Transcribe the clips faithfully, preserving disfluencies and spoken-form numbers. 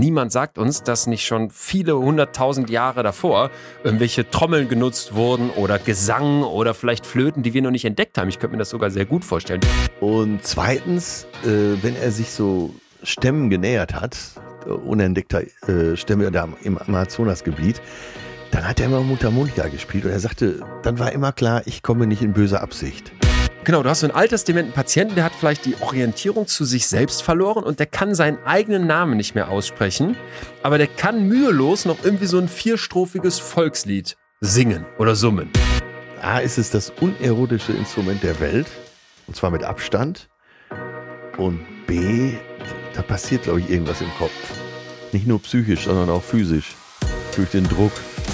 Niemand sagt uns, dass nicht schon viele hunderttausend Jahre davor irgendwelche Trommeln genutzt wurden oder Gesang oder vielleicht Flöten, die wir noch nicht entdeckt haben. Ich könnte mir das sogar sehr gut vorstellen. Und zweitens, äh, wenn er sich so Stämmen genähert hat, äh, unentdeckter äh, Stämme da im Amazonasgebiet, dann hat er immer Mundharmonika gespielt und er sagte, dann war immer klar, ich komme nicht in böser Absicht. Genau, du hast so einen altersdementen Patienten, der hat vielleicht die Orientierung zu sich selbst verloren und der kann seinen eigenen Namen nicht mehr aussprechen, aber der kann mühelos noch irgendwie so ein vierstrophiges Volkslied singen oder summen. A ist es das unerotische Instrument der Welt, und zwar mit Abstand, und B, da passiert, glaube ich, irgendwas im Kopf. Nicht nur psychisch, sondern auch physisch, durch den Druck.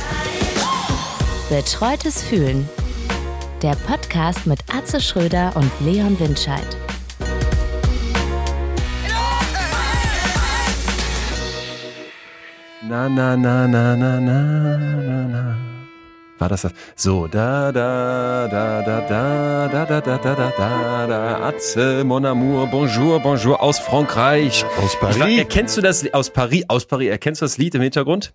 Betreutes Fühlen. Der Podcast mit Atze Schröder und Leon Windscheid. Na, na, na, na, na, na, na, na. War das das? So, da, da, da, da, da, da, da, da, da, da, da, da, Atze, mon amour, bonjour, bonjour, aus Frankreich. Aus Paris. Ich war, erkennst du das, aus Paris, aus Paris, erkennst du das Lied im Hintergrund?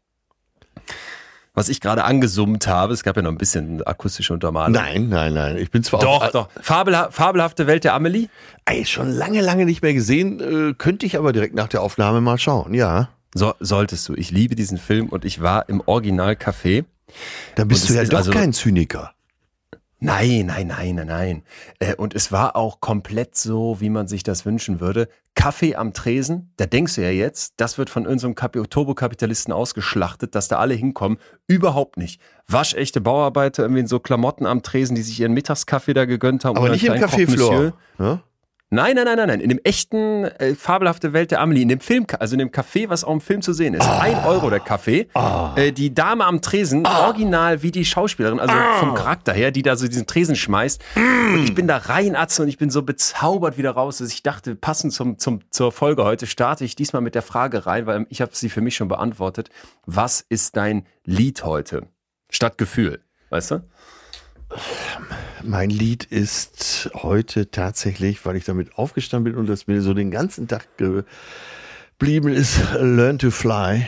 Was ich gerade angesummt habe, es gab ja noch ein bisschen akustische Untermalung. Nein, nein, nein. Ich bin zwar Doch, auf, doch. Fabelha- fabelhafte Welt der Amelie? Ey, schon lange, lange nicht mehr gesehen. Äh, könnte ich aber direkt nach der Aufnahme mal schauen, ja. So, solltest du. Ich liebe diesen Film und ich war im Original-Café. Dann bist Und du es ja ist doch also- kein Zyniker. Nein, nein, nein, nein, nein. Äh, Und es war auch komplett so, wie man sich das wünschen würde. Kaffee am Tresen, da denkst du ja jetzt, das wird von irgendeinem Kap- Turbokapitalisten ausgeschlachtet, dass da alle hinkommen. Überhaupt nicht. Waschechte Bauarbeiter, irgendwie in so Klamotten am Tresen, die sich ihren Mittagskaffee da gegönnt haben. Aber oder nicht im einen Café kleinen Croque Monsieur. Flore. Ja? Nein, nein, nein, nein, nein. In dem echten äh, fabelhafte Welt der Amelie, in dem Film, also in dem Café, was auch im Film zu sehen ist. Oh. Ein Euro der Kaffee. Oh. Äh, die Dame am Tresen, Oh. original wie die Schauspielerin, also Oh. vom Charakter her, die da so diesen Tresen schmeißt. Mm. Und ich bin da rein, Atze, und ich bin so bezaubert wieder raus, dass ich dachte, passend zum, zum, zur Folge heute starte ich diesmal mit der Frage rein, weil ich habe sie für mich schon beantwortet. Was ist dein Lied heute? Statt Gefühl, weißt du? Mein Lied ist heute tatsächlich, weil ich damit aufgestanden bin und das mir so den ganzen Tag geblieben ist, Learn to Fly.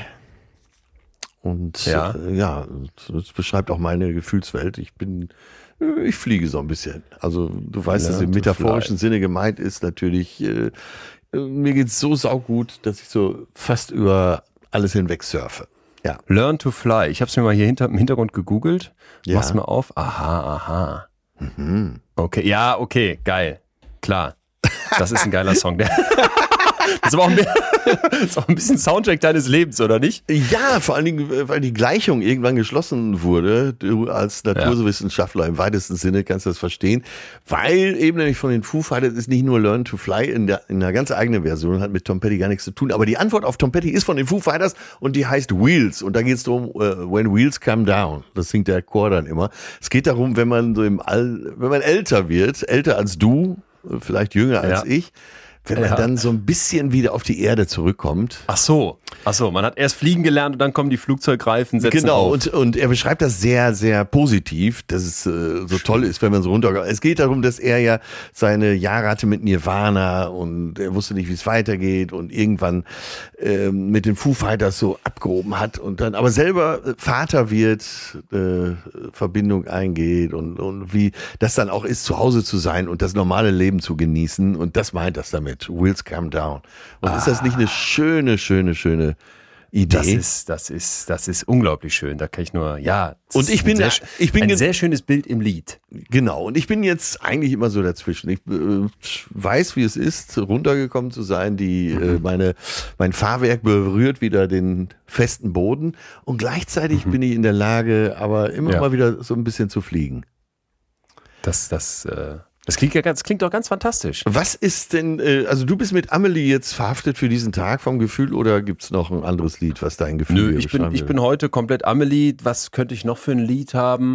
Und Ja. äh, ja, das beschreibt auch meine Gefühlswelt. Ich bin, äh, ich fliege so ein bisschen. Also du weißt, dass Learn im to metaphorischen fly. Sinne gemeint ist natürlich, äh, äh, mir geht's so saugut, dass ich so fast über alles hinweg surfe. Ja. Learn to Fly. Ich habe es mir mal hier hinter, im Hintergrund gegoogelt. Ja. Mach's mal auf. Aha, aha. Mhm. Okay, ja, okay, geil. Klar. Das ist ein geiler Song. Der das ist aber auch ein, bi- das ist auch ein bisschen Soundtrack deines Lebens, oder nicht? Ja, vor allen Dingen, äh, weil die Gleichung irgendwann geschlossen wurde. Du als Naturwissenschaftler im weitesten Sinne kannst das verstehen. Weil eben nämlich von den Foo Fighters ist nicht nur Learn to Fly in, der, in einer ganz eigenen Version, hat mit Tom Petty gar nichts zu tun. Aber die Antwort auf Tom Petty ist von den Foo Fighters und die heißt Wheels. Und da geht es darum, uh, When Wheels Come Down. Das singt der Chor dann immer. Es geht darum, wenn man so im All, wenn man älter wird, älter als du, vielleicht jünger als Ja. ich, wenn man Ja. dann so ein bisschen wieder auf die Erde zurückkommt. Ach so. Ach so, man hat erst fliegen gelernt und dann kommen die Flugzeugreifen, setzen Genau, auf. und, und er beschreibt das sehr, sehr positiv, dass es äh, so toll ist, wenn man so runtergeht. Es geht darum, dass er ja seine Jahre hatte mit Nirvana und er wusste nicht, wie es weitergeht und irgendwann ähm, mit den Foo Fighters so abgehoben hat und dann aber selber äh, Vater wird, äh, Verbindung eingeht und, und wie das dann auch ist, zu Hause zu sein und das normale Leben zu genießen und das meint das damit. Wheels come down. Und Ah. ist das nicht eine schöne, schöne, schöne Idee? Das ist, das ist, das ist unglaublich schön. Da kann ich nur, ja. das Und ist ich ein bin sehr, da- ich bin ein ge- sehr schönes Bild im Lied. Genau, und ich bin jetzt eigentlich immer so dazwischen. Ich äh, weiß, wie es ist, runtergekommen zu sein. Die, äh, meine, mein Fahrwerk berührt wieder den festen Boden und gleichzeitig bin ich in der Lage, aber immer Ja. mal wieder so ein bisschen zu fliegen. Das, das, äh, das klingt ja ganz, klingt doch ganz fantastisch. Was ist denn, äh, also du bist mit Amelie jetzt verhaftet für diesen Tag vom Gefühl oder gibt's noch ein anderes Lied, was dein Gefühl Nö, hier ich bin, beschreiben ich will? bin heute komplett Amelie. Was könnte ich noch für ein Lied haben?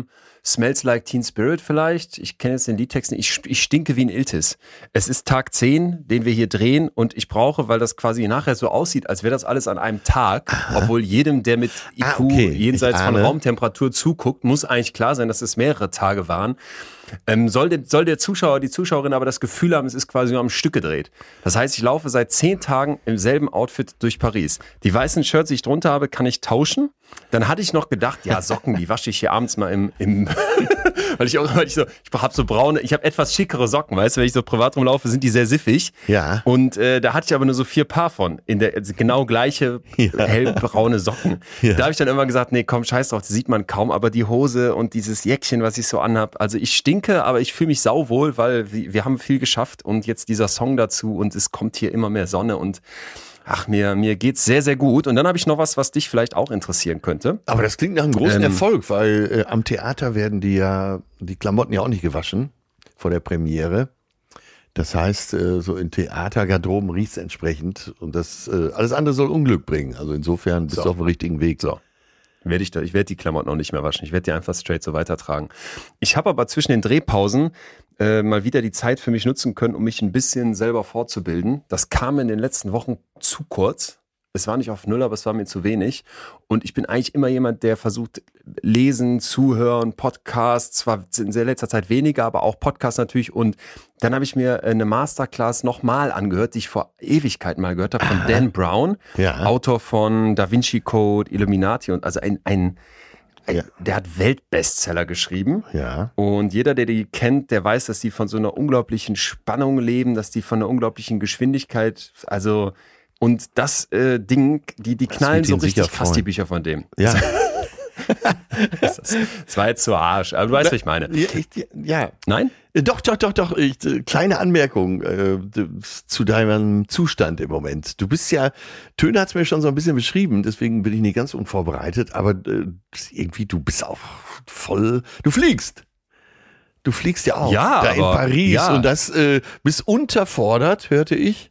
Smells Like Teen Spirit vielleicht. Ich kenne jetzt den Liedtext nicht. Ich, ich stinke wie ein Iltis. Es ist Tag zehn, den wir hier drehen und ich brauche, weil das quasi nachher so aussieht, als wäre das alles an einem Tag, Aha. obwohl jedem, der mit I Q ah, okay. jenseits von Raumtemperatur zuguckt, muss eigentlich klar sein, dass es mehrere Tage waren. Ähm, soll, der, soll der Zuschauer, die Zuschauerin aber das Gefühl haben, es ist quasi nur am Stück gedreht. Das heißt, ich laufe seit zehn Tagen im selben Outfit durch Paris. Die weißen Shirts, die ich drunter habe, kann ich tauschen. Dann hatte ich noch gedacht, ja, Socken, die wasche ich hier abends mal im, im weil ich auch, weil ich so, ich habe so braune, ich habe etwas schickere Socken, weißt du, wenn ich so privat rumlaufe, sind die sehr siffig. Ja. Und äh, da hatte ich aber nur so vier Paar von, in der also genau gleiche ja. hellbraune Socken. Ja. Da habe ich dann immer gesagt, nee, komm, scheiß drauf, das sieht man kaum, aber die Hose und dieses Jäckchen, was ich so anhab, also ich stinke, aber ich fühle mich sauwohl, weil wir, wir haben viel geschafft und jetzt dieser Song dazu und es kommt hier immer mehr Sonne und ach, mir, mir geht's sehr, sehr gut. Und dann habe ich noch was, was dich vielleicht auch interessieren könnte. Aber das klingt nach einem großen ähm, Erfolg, weil äh, am Theater werden die ja, die Klamotten ja auch nicht gewaschen vor der Premiere. Das heißt, äh, so in Theatergarderoben riecht's entsprechend und das äh, alles andere soll Unglück bringen. Also insofern bist so. du auf dem richtigen Weg. So. Werde ich, da, ich werde die Klamotten auch nicht mehr waschen. Ich werde die einfach straight so weitertragen. Ich habe aber zwischen den Drehpausen äh, mal wieder die Zeit für mich nutzen können, um mich ein bisschen selber fortzubilden. Das kam in den letzten Wochen zu kurz. Es war nicht auf Null, aber es war mir zu wenig. Und ich bin eigentlich immer jemand, der versucht, lesen, zuhören, Podcasts, zwar in sehr letzter Zeit weniger, aber auch Podcasts natürlich. Und dann habe ich mir eine Masterclass nochmal angehört, die ich vor Ewigkeiten mal gehört habe, von Aha. Dan Brown, ja. Autor von Da Vinci Code, Illuminati und also ein, ein, ein ja. der hat Weltbestseller geschrieben. Ja. Und jeder, der die kennt, der weiß, dass die von so einer unglaublichen Spannung leben, dass die von einer unglaublichen Geschwindigkeit, also und das äh, Ding, die, die knallen so richtig krass, die Bücher von dem. Ja. das, das war jetzt so Arsch, aber du weißt, was ich meine. Ja. Ich, ja. Nein? Doch, doch, doch, doch. Ich, kleine Anmerkung äh, zu deinem Zustand im Moment. Du bist ja, Töne hat es mir schon so ein bisschen beschrieben, deswegen bin ich nicht ganz unvorbereitet, aber äh, irgendwie, du bist auch voll, du fliegst. Du fliegst ja auch ja, da aber, in Paris ja. und das äh, bist unterfordert, hörte ich.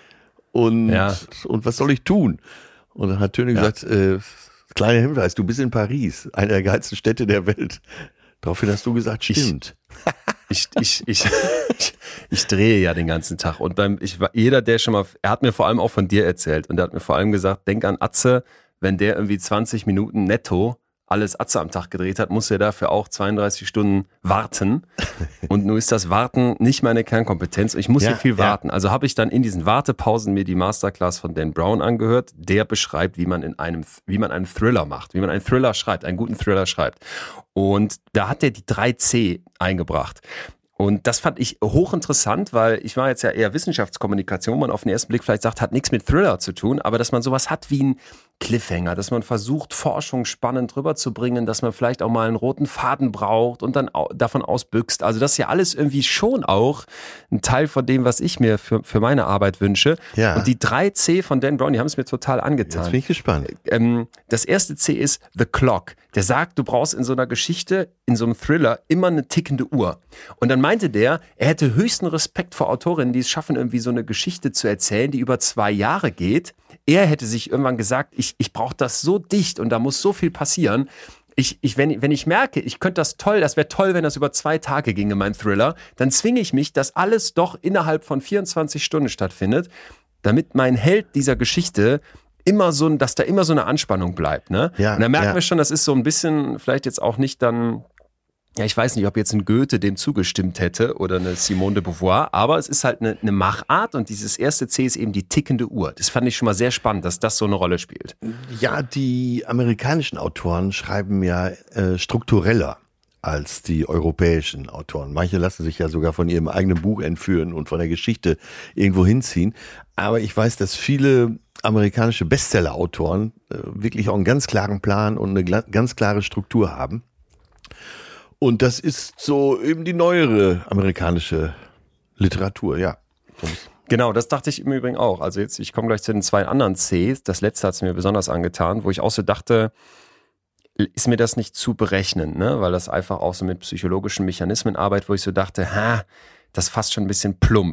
Und, ja. und was soll ich tun? Und dann hat Töne ja. gesagt, äh, kleiner Hinweis, du bist in Paris, eine der geilsten Städte der Welt. Daraufhin hast du gesagt, stimmt. Ich, ich, ich, ich, ich drehe ja den ganzen Tag. Und beim, ich, jeder, der schon mal, er hat mir vor allem auch von dir erzählt und er hat mir vor allem gesagt, denk an Atze, wenn der irgendwie zwanzig Minuten netto alles Atze am Tag gedreht hat, muss er dafür auch zweiunddreißig Stunden warten. Und nun ist das Warten nicht meine Kernkompetenz. Ich muss ja, hier viel warten. Ja. Also habe ich dann in diesen Wartepausen mir die Masterclass von Dan Brown angehört. Der beschreibt, wie man in einem, wie man einen Thriller macht, wie man einen Thriller schreibt, einen guten Thriller schreibt. Und da hat er die drei C eingebracht. Und das fand ich hochinteressant, weil ich war jetzt ja eher Wissenschaftskommunikation, wo man auf den ersten Blick vielleicht sagt, hat nichts mit Thriller zu tun, aber dass man sowas hat wie ein Cliffhanger, dass man versucht, Forschung spannend rüberzubringen, dass man vielleicht auch mal einen roten Faden braucht und dann davon ausbüchst. Also das ist ja alles irgendwie schon auch ein Teil von dem, was ich mir für, für meine Arbeit wünsche. Ja. Und die drei C von Dan Brown, die haben es mir total angetan. Jetzt bin ich gespannt. Ähm, das erste C ist The Clock. Der sagt, du brauchst in so einer Geschichte, in so einem Thriller immer eine tickende Uhr. Und dann meinte der, er hätte höchsten Respekt vor Autorinnen, die es schaffen, irgendwie so eine Geschichte zu erzählen, die über zwei Jahre geht. Er hätte sich irgendwann gesagt, ich, ich brauche das so dicht und da muss so viel passieren. Ich, ich, wenn, wenn ich merke, ich könnte das toll, das wäre toll, wenn das über zwei Tage ginge, mein Thriller, dann zwinge ich mich, dass alles doch innerhalb von vierundzwanzig Stunden stattfindet, damit mein Held dieser Geschichte immer so, dass da immer so eine Anspannung bleibt, ne? Ja, und da merken ja. wir schon, das ist so ein bisschen, vielleicht jetzt auch nicht dann, ja, ich weiß nicht, ob jetzt ein Goethe dem zugestimmt hätte oder eine Simone de Beauvoir, aber es ist halt eine, eine Machart und dieses erste C ist eben die tickende Uhr. Das fand ich schon mal sehr spannend, dass das so eine Rolle spielt. Ja, die amerikanischen Autoren schreiben ja äh, struktureller als die europäischen Autoren. Manche lassen sich ja sogar von ihrem eigenen Buch entführen und von der Geschichte irgendwo hinziehen. Aber ich weiß, dass viele amerikanische Bestseller-Autoren äh, wirklich auch einen ganz klaren Plan und eine gla- ganz klare Struktur haben. Und das ist so eben die neuere amerikanische Literatur, ja. Genau, das dachte ich im Übrigen auch. Also jetzt, ich komme gleich zu den zwei anderen Cs. Das letzte hat es mir besonders angetan, wo ich auch so dachte, ist mir das nicht zu berechnen, ne? Weil das einfach auch so mit psychologischen Mechanismen arbeitet, wo ich so dachte, ha, das ist fast schon ein bisschen plump.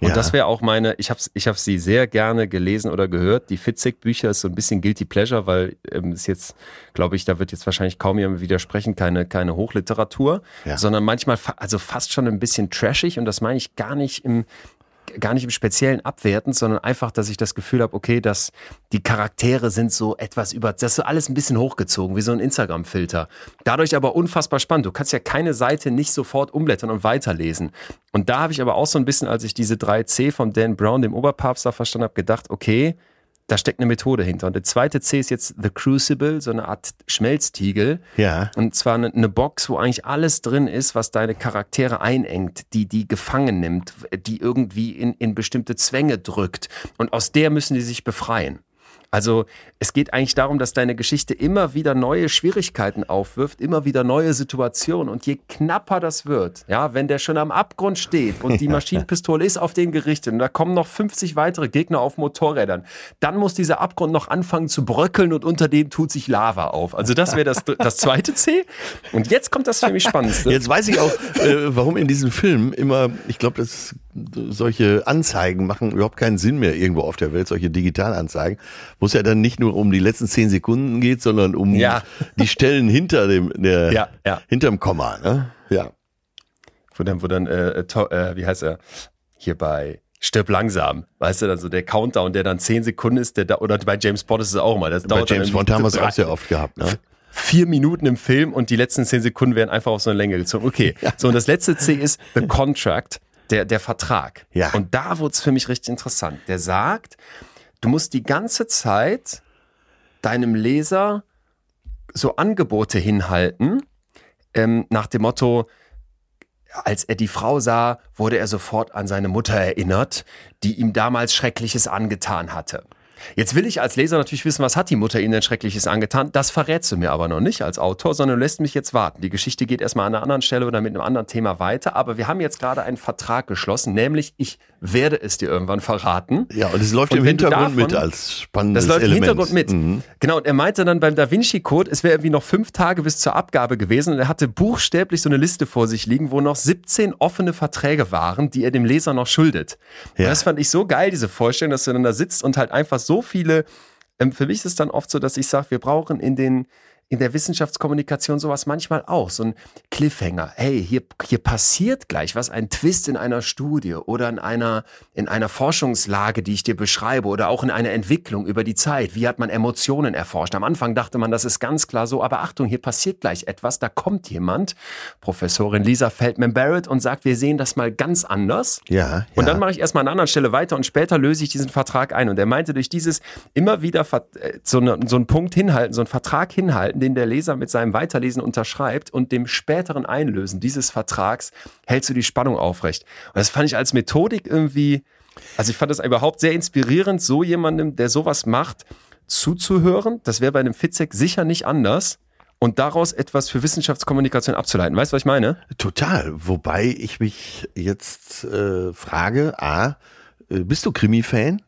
Und Ja. das wäre auch meine, ich habe ich hab sie sehr gerne gelesen oder gehört. Die Fitzek-Bücher ist so ein bisschen Guilty Pleasure, weil ähm, ist jetzt, glaube ich, da wird jetzt wahrscheinlich kaum jemand widersprechen, keine, keine Hochliteratur, Ja. sondern manchmal, fa- also fast schon ein bisschen trashig, und das meine ich gar nicht im gar nicht im Speziellen abwertend, sondern einfach, dass ich das Gefühl habe, okay, dass die Charaktere sind so etwas über, das ist so alles ein bisschen hochgezogen, wie so ein Instagram-Filter. Dadurch aber unfassbar spannend. Du kannst ja keine Seite nicht sofort umblättern und weiterlesen. Und da habe ich aber auch so ein bisschen, als ich diese drei C von Dan Brown, dem Oberpapst, da verstanden habe, gedacht, okay, da steckt eine Methode hinter. Und der zweite C ist jetzt The Crucible, so eine Art Schmelztiegel. Ja. Und zwar eine, eine Box, wo eigentlich alles drin ist, was deine Charaktere einengt, die die gefangen nimmt, die irgendwie in, in bestimmte Zwänge drückt. Und aus der müssen die sich befreien. Also es geht eigentlich darum, dass deine Geschichte immer wieder neue Schwierigkeiten aufwirft, immer wieder neue Situationen. Und je knapper das wird, ja, wenn der schon am Abgrund steht und die Maschinenpistole ist auf den gerichtet und da kommen noch fünfzig weitere Gegner auf Motorrädern, dann muss dieser Abgrund noch anfangen zu bröckeln und unter dem tut sich Lava auf. Also das wäre das, das zweite C. Und jetzt kommt das für mich Spannendste. Jetzt weiß ich auch, äh, warum in diesen Filmen immer, ich glaube, dass solche Anzeigen machen überhaupt keinen Sinn mehr irgendwo auf der Welt, solche Digitalanzeigen, wo es ja dann nicht nur um die letzten zehn Sekunden geht, sondern um Ja. die Stellen hinter dem, der, Ja, ja. hinterm Komma, ne? Ja. Wo dann, wo dann äh, to, äh, wie heißt er, hier bei Stirb langsam, weißt du, dann so der Countdown, der dann zehn Sekunden ist, der da, oder bei James Bond ist es auch mal. Das Bei dauert dann James irgendwie Bond haben wir es drei- auch sehr oft gehabt, ne? Vier Minuten im Film und die letzten zehn Sekunden werden einfach auf so eine Länge gezogen. Okay, so, und das letzte C ist The Contract, der, der Vertrag. Ja. Und da wurde es für mich richtig interessant. Der sagt, du musst die ganze Zeit deinem Leser so Angebote hinhalten, ähm, nach dem Motto, als er die Frau sah, wurde er sofort an seine Mutter erinnert, die ihm damals Schreckliches angetan hatte. Jetzt will ich als Leser natürlich wissen, was hat die Mutter ihnen denn Schreckliches angetan? Das verrätst du mir aber noch nicht als Autor, sondern du lässt mich jetzt warten. Die Geschichte geht erstmal an einer anderen Stelle oder mit einem anderen Thema weiter, aber wir haben jetzt gerade einen Vertrag geschlossen, nämlich ich werde es dir irgendwann verraten. Ja, und es läuft Und im wenn du Hintergrund davon- mit als spannendes Das läuft Element. im Hintergrund mit. Mhm. Genau, und er meinte dann beim Da Vinci Code, es wäre irgendwie noch fünf Tage bis zur Abgabe gewesen und er hatte buchstäblich so eine Liste vor sich liegen, wo noch siebzehn offene Verträge waren, die er dem Leser noch schuldet. Und Ja. das fand ich so geil, diese Vorstellung, dass du dann da sitzt und halt einfach so viele, ähm, für mich ist es dann oft so, dass ich sage, wir brauchen in den in der Wissenschaftskommunikation sowas manchmal auch, so ein Cliffhanger. Hey, hier, hier passiert gleich was, ein Twist in einer Studie oder in einer, in einer Forschungslage, die ich dir beschreibe oder auch in einer Entwicklung über die Zeit. Wie hat man Emotionen erforscht? Am Anfang dachte man, das ist ganz klar so, aber Achtung, hier passiert gleich etwas, da kommt jemand, Professorin Lisa Feldman-Barrett, und sagt, wir sehen das mal ganz anders. Ja, ja. Und dann mache ich erstmal an einer anderen Stelle weiter und später löse ich diesen Vertrag ein. Und er meinte, durch dieses immer wieder ver- äh, so, eine, so einen Punkt hinhalten, so einen Vertrag hinhalten, den der Leser mit seinem Weiterlesen unterschreibt und dem späteren Einlösen dieses Vertrags hältst du die Spannung aufrecht. Und das fand ich als Methodik irgendwie, also ich fand das überhaupt sehr inspirierend, so jemandem, der sowas macht, zuzuhören. Das wäre bei einem Fitzek sicher nicht anders. Und daraus etwas für Wissenschaftskommunikation abzuleiten. Weißt du, was ich meine? Total. Wobei ich mich jetzt äh, frage, A, äh, bist du Krimi-Fan?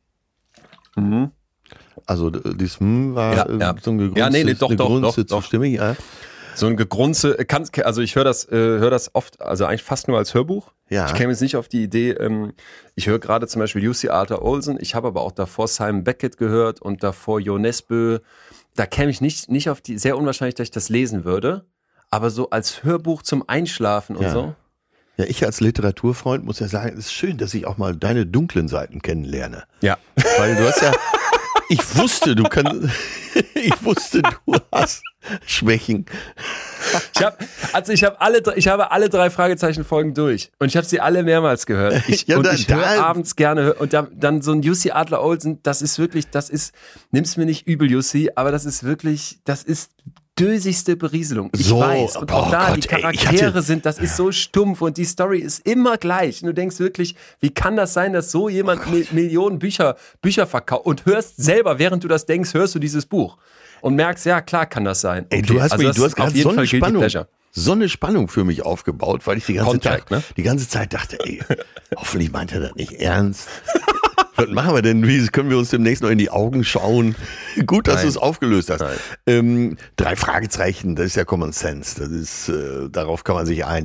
Mhm. Also d- dieses hm war Ja, äh, ja. so ein gegrunztes, Ja, nee, nee, doch, eine doch, Grunze doch, doch. zur Stimme, ja. So ein Gegrunze, kann, also ich höre das, äh, höre das oft, also eigentlich fast nur als Hörbuch. Ja. Ich käme jetzt nicht auf die Idee, ähm, ich höre gerade zum Beispiel Jussi Arthur Olsen, ich habe aber auch davor Simon Beckett gehört und davor Jo Nesbø. Da käme ich nicht, nicht auf die, sehr unwahrscheinlich, dass ich das lesen würde, aber so als Hörbuch zum Einschlafen und Ja. so. Ja, ich als Literaturfreund muss ja sagen, es ist schön, dass ich auch mal deine dunklen Seiten kennenlerne. Ja. Weil du hast ja, ich wusste, du kannst, ich wusste, du hast Schwächen. Ich habe also ich habe alle drei- ich habe alle drei Fragezeichen Folgen durch und ich habe sie alle mehrmals gehört. Ich, Ja, und da- ich höre da- abends gerne und da, dann so ein Jussi Adler Olsen, das ist wirklich, das ist, nimm's mir nicht übel, Jussi, aber das ist wirklich, das ist dösigste Berieselung. Ich So, weiß. Und auch oh da, Gott, die ey, ich Charaktere hatte- sind, das ist so stumpf und die Story ist immer gleich. Und du denkst wirklich, wie kann das sein, dass so jemand Mi- Millionen Bücher, Bücher verkauft und hörst selber, während du das denkst, hörst du dieses Buch. Und merkst, ja, klar kann das sein. Ey, Okay, du hast also mich, das du hast ist gerade auf jeden so eine Fall Guilty Spannung, Pleasure. so eine Spannung für mich aufgebaut, weil ich die ganze Contract, Zeit, ne? die ganze Zeit dachte, ey, hoffentlich meint er das nicht ernst. Was machen wir denn? Wie können wir uns demnächst noch in die Augen schauen? Gut, dass Nein. du es aufgelöst hast. Nein. Ähm, drei Fragezeichen, das ist ja Common Sense. Das ist, äh, darauf kann man sich einigen.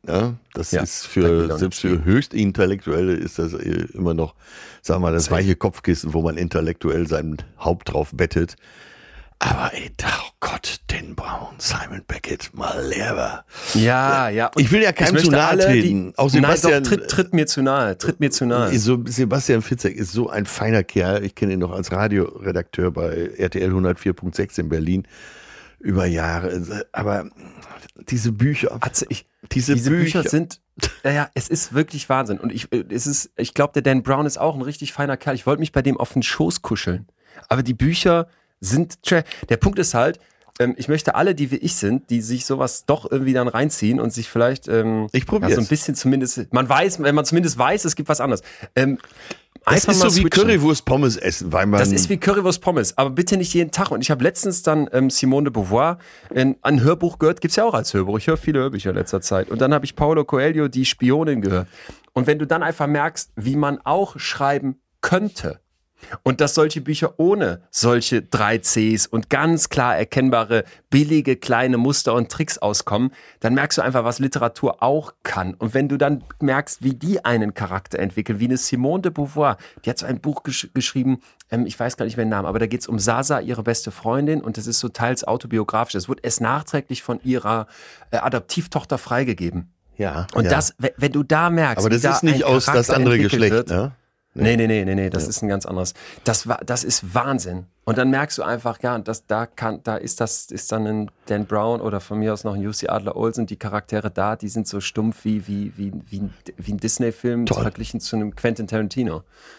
Ne? Das Ja, ist da für, geht auch selbst nicht für Höchstintellektuelle ist das immer noch, sagen wir mal, das weiche Kopfkissen, wo man intellektuell sein Haupt drauf bettet. Aber ey, oh Gott, Dan Brown, Simon Beckett, mal leer. Ja, ja. Ich will ja keinem zu nahe treten. Auch Sebastian, Nein, doch, tritt, tritt mir zu nahe, tritt mir zu nahe. So, Sebastian Fitzek ist so ein feiner Kerl. Ich kenne ihn noch als Radioredakteur bei R T L hundertvier Punkt sechs in Berlin über Jahre. Aber diese Bücher, Also ich, diese, diese Bücher, Bücher sind, naja, es ist wirklich Wahnsinn. Und ich, es ist, ich glaube, der Dan Brown ist auch ein richtig feiner Kerl. Ich wollte mich bei dem auf den Schoß kuscheln. Aber die Bücher sind, der Punkt ist halt, ähm, ich möchte alle, die wie ich sind, die sich sowas doch irgendwie dann reinziehen und sich vielleicht ähm, ich probier's. ja, so ein bisschen zumindest, man weiß, wenn man zumindest weiß, es gibt was anderes. Ähm, es ist so wie switchen. Currywurst Pommes essen, weil man... Das ist wie Currywurst Pommes, aber bitte nicht jeden Tag. Und ich habe letztens dann ähm, Simone de Beauvoir in, ein Hörbuch gehört, gibt's ja auch als Hörbuch. Ich höre viele Hörbücher in letzter Zeit. Und dann habe ich Paulo Coelho, die Spionin, gehört. Und wenn du dann einfach merkst, wie man auch schreiben könnte, und dass solche Bücher ohne solche drei Cs und ganz klar erkennbare, billige, kleine Muster und Tricks auskommen, dann merkst du einfach, was Literatur auch kann. Und wenn du dann merkst, wie die einen Charakter entwickeln, wie eine Simone de Beauvoir, die hat so ein Buch gesch- geschrieben, ähm, ich weiß gar nicht mehr den Namen, aber da geht es um Sasa, ihre beste Freundin, und das ist so teils autobiografisch. Das wurde erst nachträglich von ihrer äh, Adoptivtochter freigegeben. Ja, Und ja. das, w- wenn du da merkst, Aber das wie da ist nicht ein aus das Charakter andere entwickelt Geschlecht, wird, ne? Nee, nee, nee, nee, nee, das Ja. ist ein ganz anderes. Das war, das ist Wahnsinn. Und dann merkst du einfach, ja, das, da kann, da ist das, ist dann ein Dan Brown oder von mir aus noch ein U C Adler-Olsen, die Charaktere da, die sind so stumpf wie, wie, wie, wie, ein, wie ein Disney-Film Toll. verglichen zu einem Quentin Tarantino.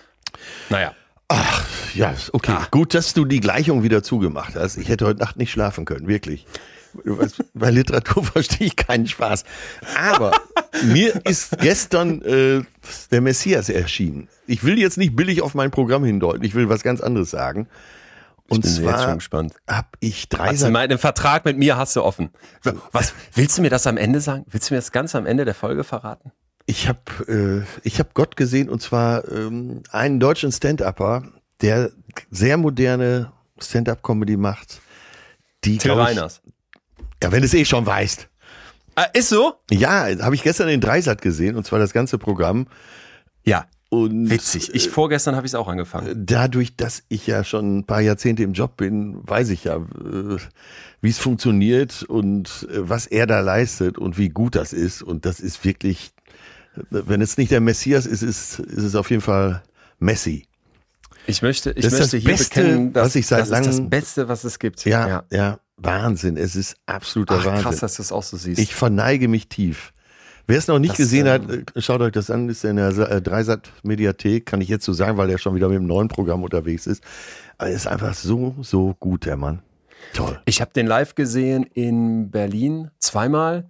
Naja. Ach, ja, okay. Ah. Gut, dass du die Gleichung wieder zugemacht hast. Ich hätte heute Nacht nicht schlafen können, wirklich. Du weißt, bei Literatur verstehe ich keinen Spaß. Aber mir ist gestern äh, der Messias erschienen. Ich will jetzt nicht billig auf mein Programm hindeuten. Ich will was ganz anderes sagen. Und Ich bin jetzt schon zwar gespannt. habe ich drei Also meinen Vertrag mit mir hast du offen. Was, willst du mir das am Ende sagen? Willst du mir das ganz am Ende der Folge verraten? Ich habe äh, ich hab Gott gesehen, und zwar ähm, einen deutschen Stand-Upper, der sehr moderne Stand-Up-Comedy macht. Die, Till glaub ich, Reiners. Ja, wenn du es eh schon weißt. Ah, ist so? Ja, habe ich gestern in Dreisat gesehen, und zwar das ganze Programm. Ja. Und Witzig. Ich vorgestern habe ich es auch angefangen. dadurch, dass ich ja schon ein paar Jahrzehnte im Job bin, weiß ich ja, äh, wie es funktioniert und äh, was er da leistet und wie gut das ist. Und das ist wirklich, wenn es nicht der Messias ist, ist, ist es auf jeden Fall Messi. Ich möchte, ich Das ist möchte das hier Beste, bekennen, dass, was ich seit das ist das langem- Beste, was es gibt. Ja, ja. ja, Wahnsinn. Es ist absoluter Ach, Wahnsinn. krass, dass du es auch so siehst. Ich verneige mich tief. Wer es noch nicht Das, gesehen ähm, hat, schaut euch das an, ist in der äh, Dreisat-Mediathek, kann ich jetzt so sagen, weil er schon wieder mit dem neuen Programm unterwegs ist. Aber er ist einfach so, so gut, der Mann. Toll. Ich habe den live gesehen in Berlin zweimal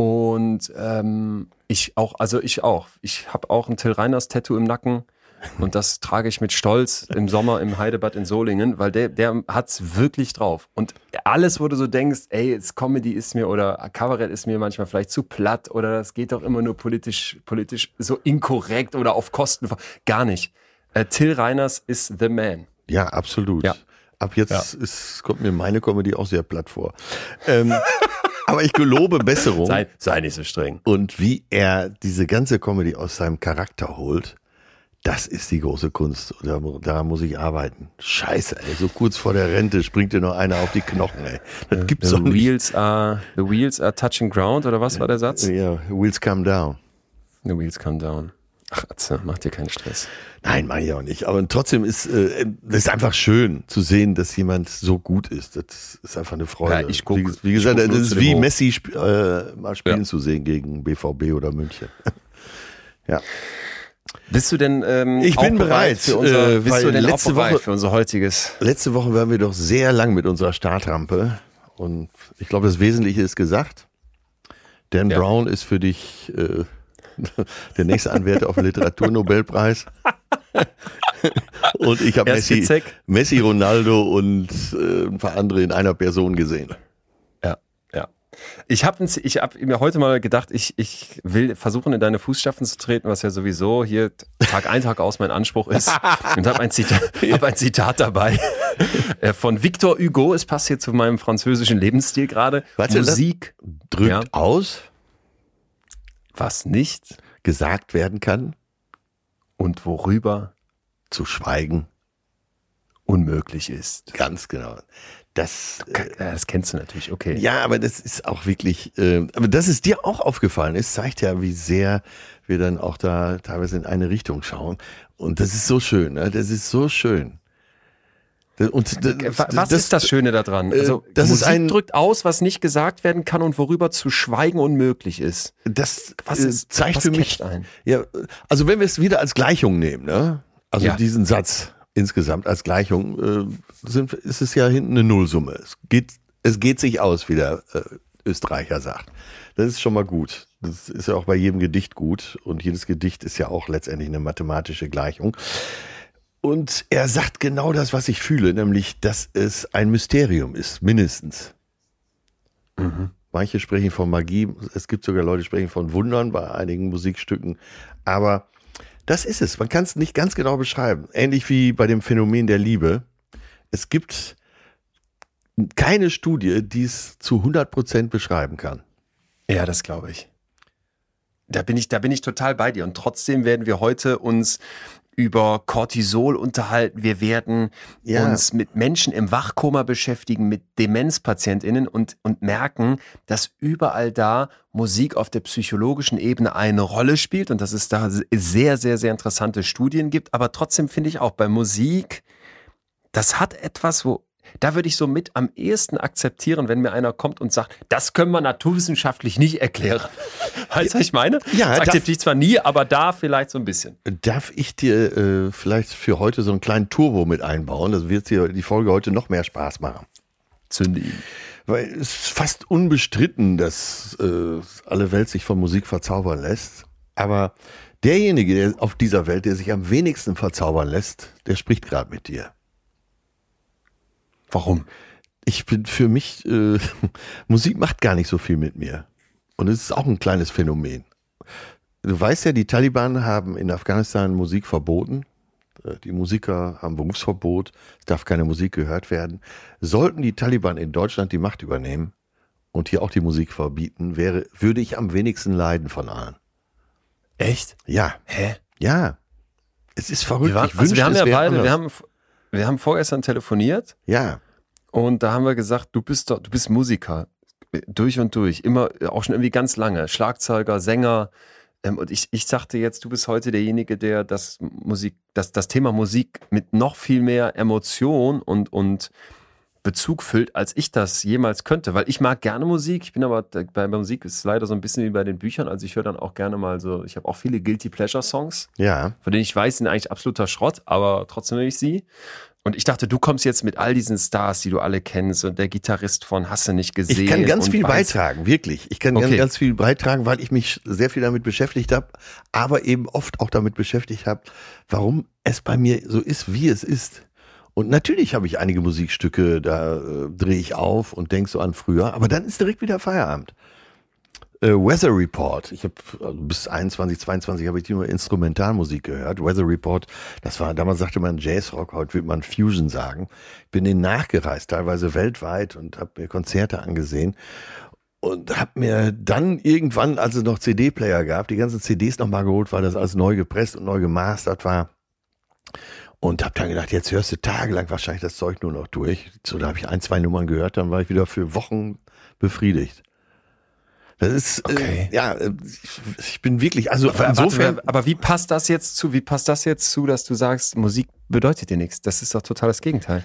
und ähm, ich auch, also ich auch. Ich habe auch ein Till Reiners Tattoo im Nacken und das trage ich mit Stolz im Sommer im Heidebad in Solingen, weil der, der hat's wirklich drauf. Und alles, wo du so denkst, ey, jetzt Comedy ist mir oder Kabarett ist mir manchmal vielleicht zu platt oder das geht doch immer nur politisch, politisch so inkorrekt oder auf Kosten. Gar nicht. Äh, Till Reiners ist the man. Ja, absolut. Ja. Ab jetzt ist, kommt mir meine Comedy auch sehr platt vor. Ähm, aber ich gelobe Besserung. Sei, sei nicht so streng. Und wie er diese ganze Comedy aus seinem Charakter holt, das ist die große Kunst. Da, daran muss ich arbeiten. Scheiße, ey. So kurz vor der Rente springt dir noch einer auf die Knochen, ey. Das gibt's the doch nicht. wheels are the wheels are touching ground, oder was war der Satz? Ja, wheels come down. The wheels come down. Ach, Atze, mach dir keinen Stress. Nein, mach ich auch nicht. Aber trotzdem ist äh, das ist einfach schön zu sehen, dass jemand so gut ist. Das ist einfach eine Freude. Ja, ich guck- wie, wie gesagt, ich guck nur das zu ist dem wie hoch. Messi sp äh, mal spielen Ja. zu sehen gegen B V B oder München. Ja. Bist du denn ähm, Ich auch bin bereit, für unser, äh, bist weil du denn letzte auch bereit Woche- für unser heutiges? Letzte Woche waren wir doch sehr lang mit unserer Startrampe und ich glaube, das Wesentliche ist gesagt. Dan Ja. Brown ist für dich äh, der nächste Anwärter auf den Literaturnobelpreis. Und ich habe Erst Messi, Fitzek. Messi, Ronaldo und äh, ein paar andere in einer Person gesehen. Ja, ja. Ich habe ich hab mir heute mal gedacht, ich, ich will versuchen, in deine Fußstapfen zu treten, was ja sowieso hier Tag ein, Tag aus mein Anspruch ist. Und habe ein, Zita- hab ein Zitat dabei äh, von Victor Hugo. Es passt hier zu meinem französischen Lebensstil gerade. Warte, Musik. Drückt Ja. aus. Was nicht gesagt werden kann und worüber zu schweigen unmöglich ist. Ganz genau. Das, äh, das kennst du natürlich, okay. Ja, aber das ist auch wirklich, äh, aber dass es dir auch aufgefallen ist, zeigt ja, wie sehr wir dann auch da teilweise in eine Richtung schauen. Und das ist so schön, ne? Das ist so schön. Und das, was das, ist das Schöne daran? Also das Musik ist ein, drückt aus, was nicht gesagt werden kann und worüber zu schweigen unmöglich ist. Das was ist, zeigt was für mich ein? Ja, also wenn wir es wieder als Gleichung nehmen, ne? Also ja. diesen Satz insgesamt als Gleichung, äh, sind, ist es ja hinten eine Nullsumme. Es geht, es geht sich aus, wie der äh, Österreicher sagt. Das ist schon mal gut. Das ist ja auch bei jedem Gedicht gut. Und jedes Gedicht ist ja auch letztendlich eine mathematische Gleichung. Und er sagt genau das, was ich fühle, nämlich, dass es ein Mysterium ist, mindestens. Mhm. Manche sprechen von Magie, es gibt sogar Leute, die sprechen von Wundern bei einigen Musikstücken. Aber das ist es, man kann es nicht ganz genau beschreiben. Ähnlich wie bei dem Phänomen der Liebe. Es gibt keine Studie, die es zu hundert Prozent beschreiben kann. Ja, das glaube ich. Da bin ich, da bin ich total bei dir. Und trotzdem werden wir heute uns über Cortisol unterhalten. Wir werden ja. uns mit Menschen im Wachkoma beschäftigen, mit DemenzpatientInnen und, und merken, dass überall da Musik auf der psychologischen Ebene eine Rolle spielt und dass es da sehr, sehr, sehr interessante Studien gibt. Aber trotzdem finde ich auch bei Musik, das hat etwas, wo da würde ich so mit am ehesten akzeptieren, wenn mir einer kommt und sagt, das können wir naturwissenschaftlich nicht erklären. Weißt du, was ich meine? Ja, das akzeptiere ich zwar nie, aber da vielleicht so ein bisschen. Darf ich dir äh, vielleicht für heute so einen kleinen Turbo mit einbauen? Das wird dir die Folge heute noch mehr Spaß machen. Zünde ihn. Weil es ist fast unbestritten, dass äh, alle Welt sich von Musik verzaubern lässt. Aber derjenige der auf dieser Welt, der sich am wenigsten verzaubern lässt, der spricht gerade mit dir. Warum? Ich bin für mich, äh, Musik macht gar nicht so viel mit mir. Und es ist auch ein kleines Phänomen. Du weißt ja, die Taliban haben in Afghanistan Musik verboten. Die Musiker haben Berufsverbot. Es darf keine Musik gehört werden. Sollten die Taliban in Deutschland die Macht übernehmen und hier auch die Musik verbieten, wäre, würde ich am wenigsten leiden von allen. Echt? Ja. Hä? Ja. Es ist verrückt. Wir, waren, ich also wir haben ja beide, anders. wir haben... Wir haben vorgestern telefoniert. Ja. Und da haben wir gesagt, du bist doch, du bist Musiker. Durch und durch. Immer, auch schon irgendwie ganz lange. Schlagzeuger, Sänger. Ähm, und ich, ich sagte jetzt, du bist heute derjenige, der das Musik, das, das Thema Musik mit noch viel mehr Emotion und, und Bezug füllt, als ich das jemals könnte. Weil ich mag gerne Musik. Ich bin aber, bei, bei Musik ist es leider so ein bisschen wie bei den Büchern. Also ich höre dann auch gerne mal so, ich habe auch viele Guilty Pleasure Songs. Ja. Von denen ich weiß, sind eigentlich absoluter Schrott, aber trotzdem höre ich sie. Und ich dachte, du kommst jetzt mit all diesen Stars, die du alle kennst und der Gitarrist von Hasse nicht gesehen. Ich kann ganz und viel weiß, beitragen, wirklich. Ich kann okay. ganz, ganz viel beitragen, weil ich mich sehr viel damit beschäftigt habe, aber eben oft auch damit beschäftigt habe, warum es bei mir so ist, wie es ist. Und natürlich habe ich einige Musikstücke, da äh, drehe ich auf und denke so an früher, aber dann ist direkt wieder Feierabend. Äh, Weather Report, ich habe also bis einundzwanzig, zweiundzwanzig habe ich nur Instrumentalmusik gehört. Weather Report, das war, damals sagte man Jazzrock, heute wird man Fusion sagen. Ich bin denen nachgereist, teilweise weltweit und habe mir Konzerte angesehen und habe mir dann irgendwann, als es noch C D-Player gab, die ganzen C Ds nochmal geholt, weil das alles neu gepresst und neu gemastert war. Und habe dann gedacht, jetzt hörst du tagelang wahrscheinlich das Zeug nur noch durch. So, da habe ich ein, zwei Nummern gehört, dann war ich wieder für Wochen befriedigt. Das ist, okay. äh, ja, ich, ich bin wirklich, also aber, insofern. Warte, aber wie passt das jetzt zu, wie passt das jetzt zu, dass du sagst, Musik bedeutet dir nichts? Das ist doch total das Gegenteil.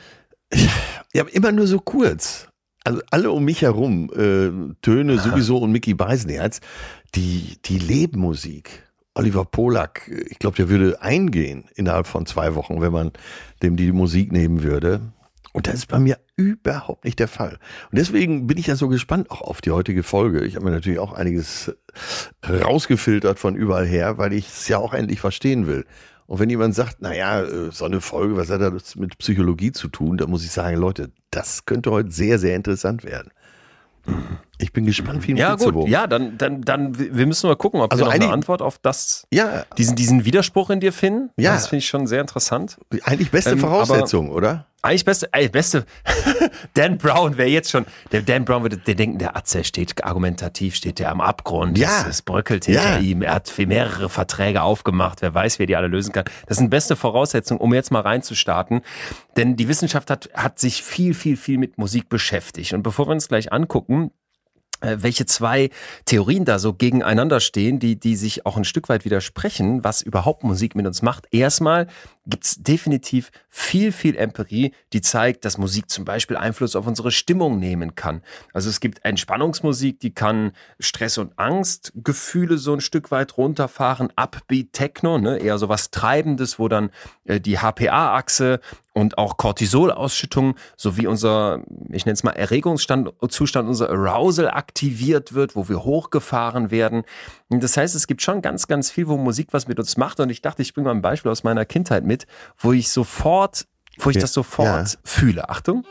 Ja, immer nur so kurz. Also alle um mich herum, äh, Töne sowieso und Mickey Beisenherz, die, die leben Musik. Oliver Polak, ich glaube, der würde eingehen innerhalb von zwei Wochen, wenn man dem die Musik nehmen würde. Und das ist bei mir überhaupt nicht der Fall. Und deswegen bin ich ja so gespannt auch auf die heutige Folge. Ich habe mir natürlich auch einiges rausgefiltert von überall her, weil ich es ja auch endlich verstehen will. Und wenn jemand sagt, naja, so eine Folge, was hat das mit Psychologie zu tun? Da muss ich sagen, Leute, das könnte heute sehr, sehr interessant werden. Mhm. Ich bin gespannt wie ein Ja Flitzebogen. gut, ja, dann, dann, dann, wir müssen mal gucken, ob Also wir noch eigentlich- eine Antwort auf das, Ja, diesen, diesen Widerspruch in dir finden. Ja. Das finde ich schon sehr interessant. eigentlich beste Ähm, Voraussetzung, oder? Eigentlich beste, eigentlich beste, Dan Brown wäre jetzt schon, der Dan Brown würde, der denken, der Atze steht argumentativ, steht der am Abgrund, Ja. es, es bröckelt hinter Ja. ihm, er hat für mehrere Verträge aufgemacht, wer weiß, wer die alle lösen kann. Das sind beste Voraussetzungen, um jetzt mal reinzustarten, denn die Wissenschaft hat, hat sich viel, viel, viel mit Musik beschäftigt und bevor wir uns gleich angucken, welche zwei Theorien da so gegeneinander stehen, die, die sich auch ein Stück weit widersprechen, was überhaupt Musik mit uns macht. Erstmal gibt's definitiv viel, viel Empirie, die zeigt, dass Musik zum Beispiel Einfluss auf unsere Stimmung nehmen kann. Also es gibt Entspannungsmusik, die kann Stress- und Angstgefühle so ein Stück weit runterfahren. Upbeat Techno, ne, eher so was Treibendes, wo dann äh, die H P A-Achse und auch Cortisolausschüttung sowie unser, ich nenne es mal Erregungszustand, unser Arousal aktiviert wird, wo wir hochgefahren werden. Und das heißt, es gibt schon ganz, ganz viel, wo Musik was mit uns macht. Und ich dachte, ich bringe mal ein Beispiel aus meiner Kindheit mit, wo ich sofort, wo ich Ja, das sofort ja. fühle. Achtung.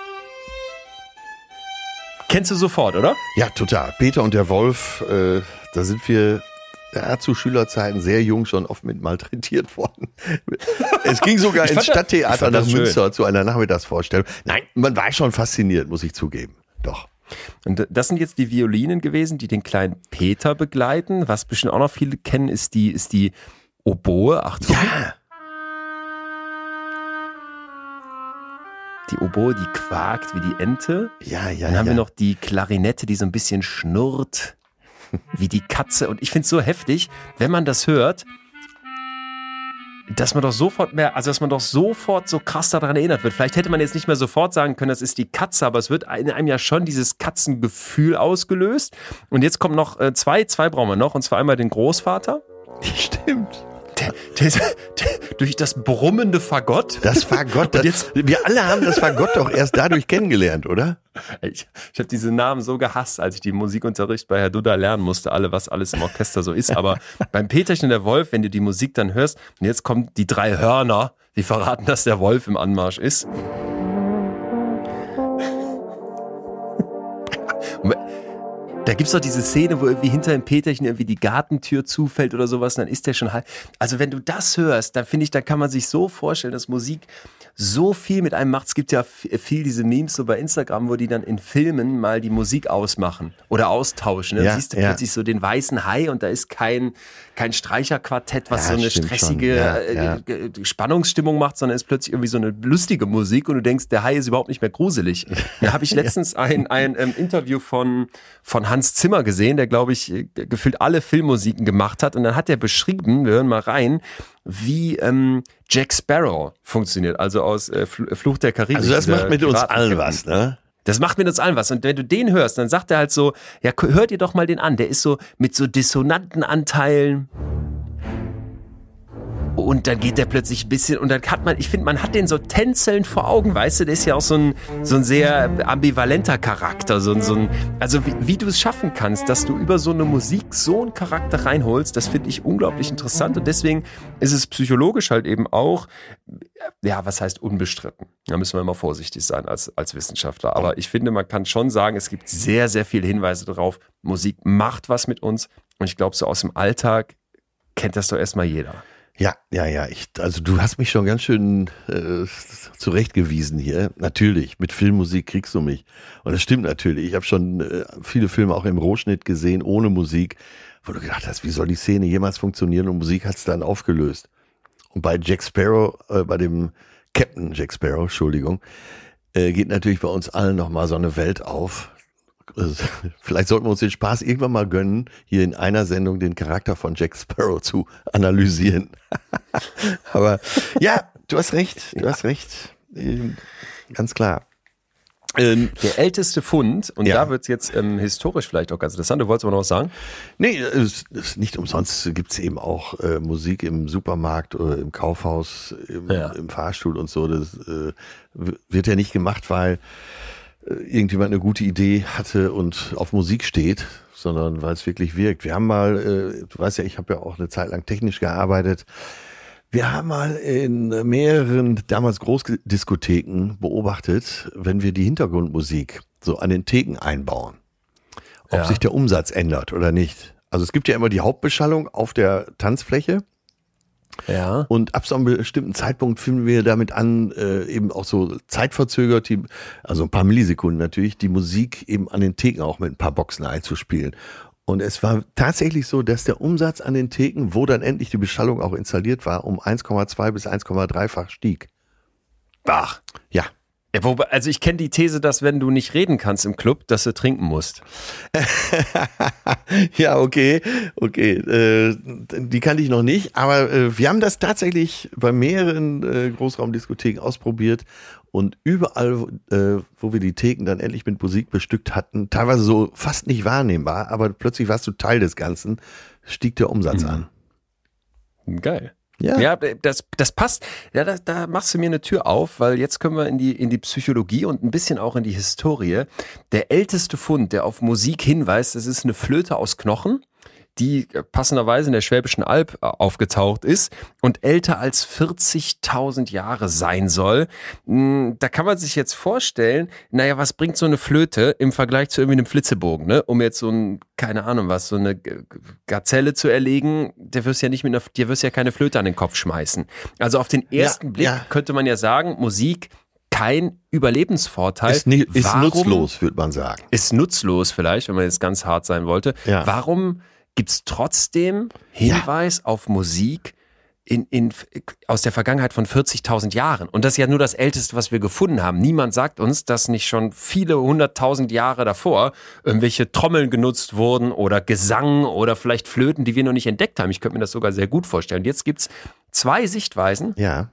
Kennst du sofort, oder? Ja, total. Peter und der Wolf, äh, da sind wir ja, zu Schülerzeiten sehr jung schon oft mit malträtiert worden. Es ging sogar Ich ins fand das- ich Stadttheater fand nach das schön. Münster zu einer Nachmittagsvorstellung. Nein, man war schon fasziniert, muss ich zugeben. Doch. Und das sind jetzt die Violinen gewesen, die den kleinen Peter begleiten. Was bestimmt auch noch viele kennen, ist die, ist die Oboe. Achtung. Ja. Die Oboe, die quakt wie die Ente. Ja, ja, Dann haben ja. wir noch die Klarinette, die so ein bisschen schnurrt, wie die Katze. Und ich finde es so heftig, wenn man das hört, dass man doch sofort mehr, also dass man doch sofort so krass daran erinnert wird. Vielleicht hätte man jetzt nicht mehr sofort sagen können, das ist die Katze, aber es wird in einem ja schon dieses Katzengefühl ausgelöst. Und jetzt kommen noch äh, zwei, zwei brauchen wir noch, und zwar einmal den Großvater. Stimmt. Der, der, der, durch das brummende Fagott. Das Fagott, das, jetzt- wir alle haben das Fagott doch erst dadurch kennengelernt, oder? Ich, ich habe diese Namen so gehasst, als ich die Musikunterricht bei Herr Dudda lernen musste, alle, was alles im Orchester so ist. Aber beim Peterchen und der Wolf, wenn du die Musik dann hörst, und jetzt kommen die drei Hörner, die verraten, dass der Wolf im Anmarsch ist. Und da gibt's doch diese Szene, wo irgendwie hinter dem Peterchen irgendwie die Gartentür zufällt oder sowas, und dann ist der schon halb. Also wenn du das hörst, dann finde ich, da kann man sich so vorstellen, dass Musik so viel mit einem macht. Es gibt ja viel diese Memes so bei Instagram, wo die dann in Filmen mal die Musik ausmachen oder austauschen. Ne? Ja, Dann siehst du ja. plötzlich so den weißen Hai und da ist kein, kein Streicherquartett, was Ja, so eine stimmt stressige schon. Ja, ja. äh, äh, Spannungsstimmung macht, sondern ist plötzlich irgendwie so eine lustige Musik und du denkst, der Hai ist überhaupt nicht mehr gruselig. Da habe ich letztens ein, ein ähm, Interview von, von Hans Zimmer gesehen, der, glaube ich, äh, gefühlt alle Filmmusiken gemacht hat, und dann hat er beschrieben, wir hören mal rein, wie ähm, Jack Sparrow funktioniert, also aus äh, Fl- Fluch der Karibik. Also das dieser macht mit uns allen Piratenkapitän. was, ne? Das macht mit uns allen was. Und wenn du den hörst, dann sagt er halt so, ja, hört ihr doch mal den an. Der ist so mit so dissonanten Anteilen. Und dann geht der plötzlich ein bisschen, und dann hat man, ich finde, man hat den so tänzelnd vor Augen, weißt du, der ist ja auch so ein, so ein sehr ambivalenter Charakter, so ein, so ein, also wie, wie du es schaffen kannst, dass du über so eine Musik so einen Charakter reinholst, das finde ich unglaublich interessant, und deswegen ist es psychologisch halt eben auch, ja, was heißt unbestritten? Da müssen wir immer vorsichtig sein als, als Wissenschaftler, aber ich finde, man kann schon sagen, es gibt sehr, sehr viele Hinweise darauf, Musik macht was mit uns, und ich glaube, so aus dem Alltag kennt das doch erstmal jeder. Ja, ja, ja. Ich, also du hast mich schon ganz schön äh, zurechtgewiesen hier. Natürlich, mit Filmmusik kriegst du mich. Und das stimmt natürlich. Ich habe schon äh, viele Filme auch im Rohschnitt gesehen, ohne Musik, wo du gedacht hast, wie soll die Szene jemals funktionieren? Und Musik hat es dann aufgelöst. Und bei Jack Sparrow, äh, bei dem Captain Jack Sparrow, Entschuldigung, äh, geht natürlich bei uns allen nochmal so eine Welt auf. Vielleicht sollten wir uns den Spaß irgendwann mal gönnen, hier in einer Sendung den Charakter von Jack Sparrow zu analysieren. Aber ja, du hast recht, du hast recht. Ähm, Ganz klar. Ähm, Der älteste Fund, und Ja. da wird es jetzt ähm, historisch vielleicht auch ganz interessant, du wolltest aber noch was sagen? nee, es ist nicht umsonst gibt es eben auch äh, Musik im Supermarkt oder im Kaufhaus, im, Ja. im Fahrstuhl und so. Das äh, w- wird ja nicht gemacht, weil äh, irgendjemand eine gute Idee hatte und auf Musik steht, sondern weil es wirklich wirkt. Wir haben mal, äh, du weißt ja, ich habe ja auch eine Zeit lang technisch gearbeitet. Wir haben mal in mehreren damals Großdiskotheken beobachtet, wenn wir die Hintergrundmusik so an den Theken einbauen. ob Ja. sich der Umsatz ändert oder nicht. Also es gibt ja immer die Hauptbeschallung auf der Tanzfläche. Ja. Und ab so einem bestimmten Zeitpunkt finden wir damit an, äh, eben auch so zeitverzögert, die, also ein paar Millisekunden natürlich, die Musik eben an den Theken auch mit ein paar Boxen einzuspielen. Und es war tatsächlich so, dass der Umsatz an den Theken, wo dann endlich die Beschallung auch installiert war, um eins Komma zwei bis eins Komma drei-fach stieg. Ach. Ja. Ja, wobei, also ich kenne die These, dass wenn du nicht reden kannst im Club, dass du trinken musst. Ja, okay, okay, äh, die kannte ich noch nicht, aber äh, wir haben das tatsächlich bei mehreren äh, Großraumdiskotheken ausprobiert und überall, äh, wo wir die Theken dann endlich mit Musik bestückt hatten, teilweise so fast nicht wahrnehmbar, aber plötzlich warst du Teil des Ganzen, stieg der Umsatz Mhm. an. Geil. Ja. Ja, das, das passt. Ja, da, da machst du mir eine Tür auf, weil jetzt können wir in die, in die Psychologie und ein bisschen auch in die Historie. Der älteste Fund, der auf Musik hinweist, das ist eine Flöte aus Knochen, die passenderweise in der Schwäbischen Alb aufgetaucht ist und älter als vierzigtausend Jahre sein soll. Da kann man sich jetzt vorstellen, naja, was bringt so eine Flöte im Vergleich zu irgendwie einem Flitzebogen, ne? Um jetzt so ein, keine Ahnung was, so eine Gazelle zu erlegen, der wirst ja nicht mit einer, dir wirst ja keine Flöte an den Kopf schmeißen. Also auf den ersten Ja, Blick ja. könnte man ja sagen, Musik kein Überlebensvorteil. Ist, nicht, ist Warum- nutzlos, würde man sagen. Ist nutzlos vielleicht, wenn man jetzt ganz hart sein wollte. Ja. Warum gibt es trotzdem Hinweis auf Musik in, in, aus der Vergangenheit von vierzigtausend Jahren? Und das ist ja nur das Älteste, was wir gefunden haben. Niemand sagt uns, dass nicht schon viele hunderttausend Jahre davor irgendwelche Trommeln genutzt wurden oder Gesang oder vielleicht Flöten, die wir noch nicht entdeckt haben. Ich könnte mir das sogar sehr gut vorstellen. Jetzt gibt es zwei Sichtweisen, Ja.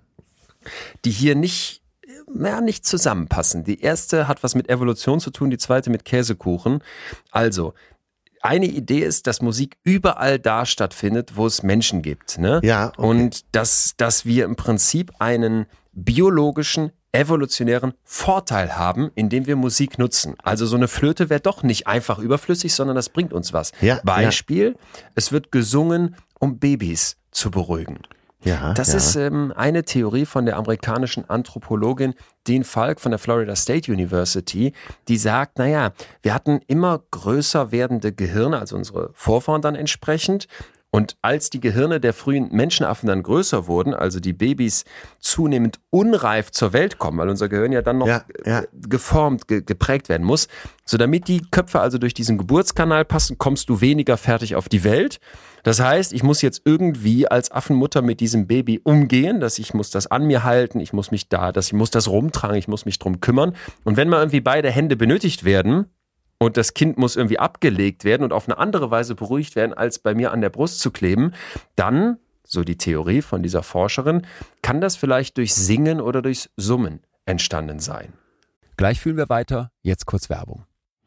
die hier nicht, ja, nicht zusammenpassen. Die erste hat was mit Evolution zu tun, die zweite mit Käsekuchen. Also, eine Idee ist, dass Musik überall da stattfindet, wo es Menschen gibt. Ne? Ja, okay. Und dass, dass wir im Prinzip einen biologischen, evolutionären Vorteil haben, indem wir Musik nutzen. Also so eine Flöte wäre doch nicht einfach überflüssig, sondern das bringt uns was. Ja, Beispiel, es wird gesungen, um Babys zu beruhigen. Ja, Das ja. ist ähm, eine Theorie von der amerikanischen Anthropologin Dean Falk von der Florida State University, die sagt, naja, wir hatten immer größer werdende Gehirne, also unsere Vorfahren dann entsprechend. Und als die Gehirne der frühen Menschenaffen dann größer wurden, also die Babys zunehmend unreif zur Welt kommen, weil unser Gehirn ja dann noch Ja, ja. geformt, ge geprägt werden muss, so damit die Köpfe also durch diesen Geburtskanal passen, kommst du weniger fertig auf die Welt. Das heißt, ich muss jetzt irgendwie als Affenmutter mit diesem Baby umgehen, dass ich muss das an mir halten, ich muss mich da, dass ich muss das rumtragen, ich muss mich drum kümmern. Und wenn mal irgendwie beide Hände benötigt werden und das Kind muss irgendwie abgelegt werden und auf eine andere Weise beruhigt werden, als bei mir an der Brust zu kleben, dann, so die Theorie von dieser Forscherin, kann das vielleicht durch Singen oder durchs Summen entstanden sein. Gleich fühlen wir weiter, jetzt kurz Werbung.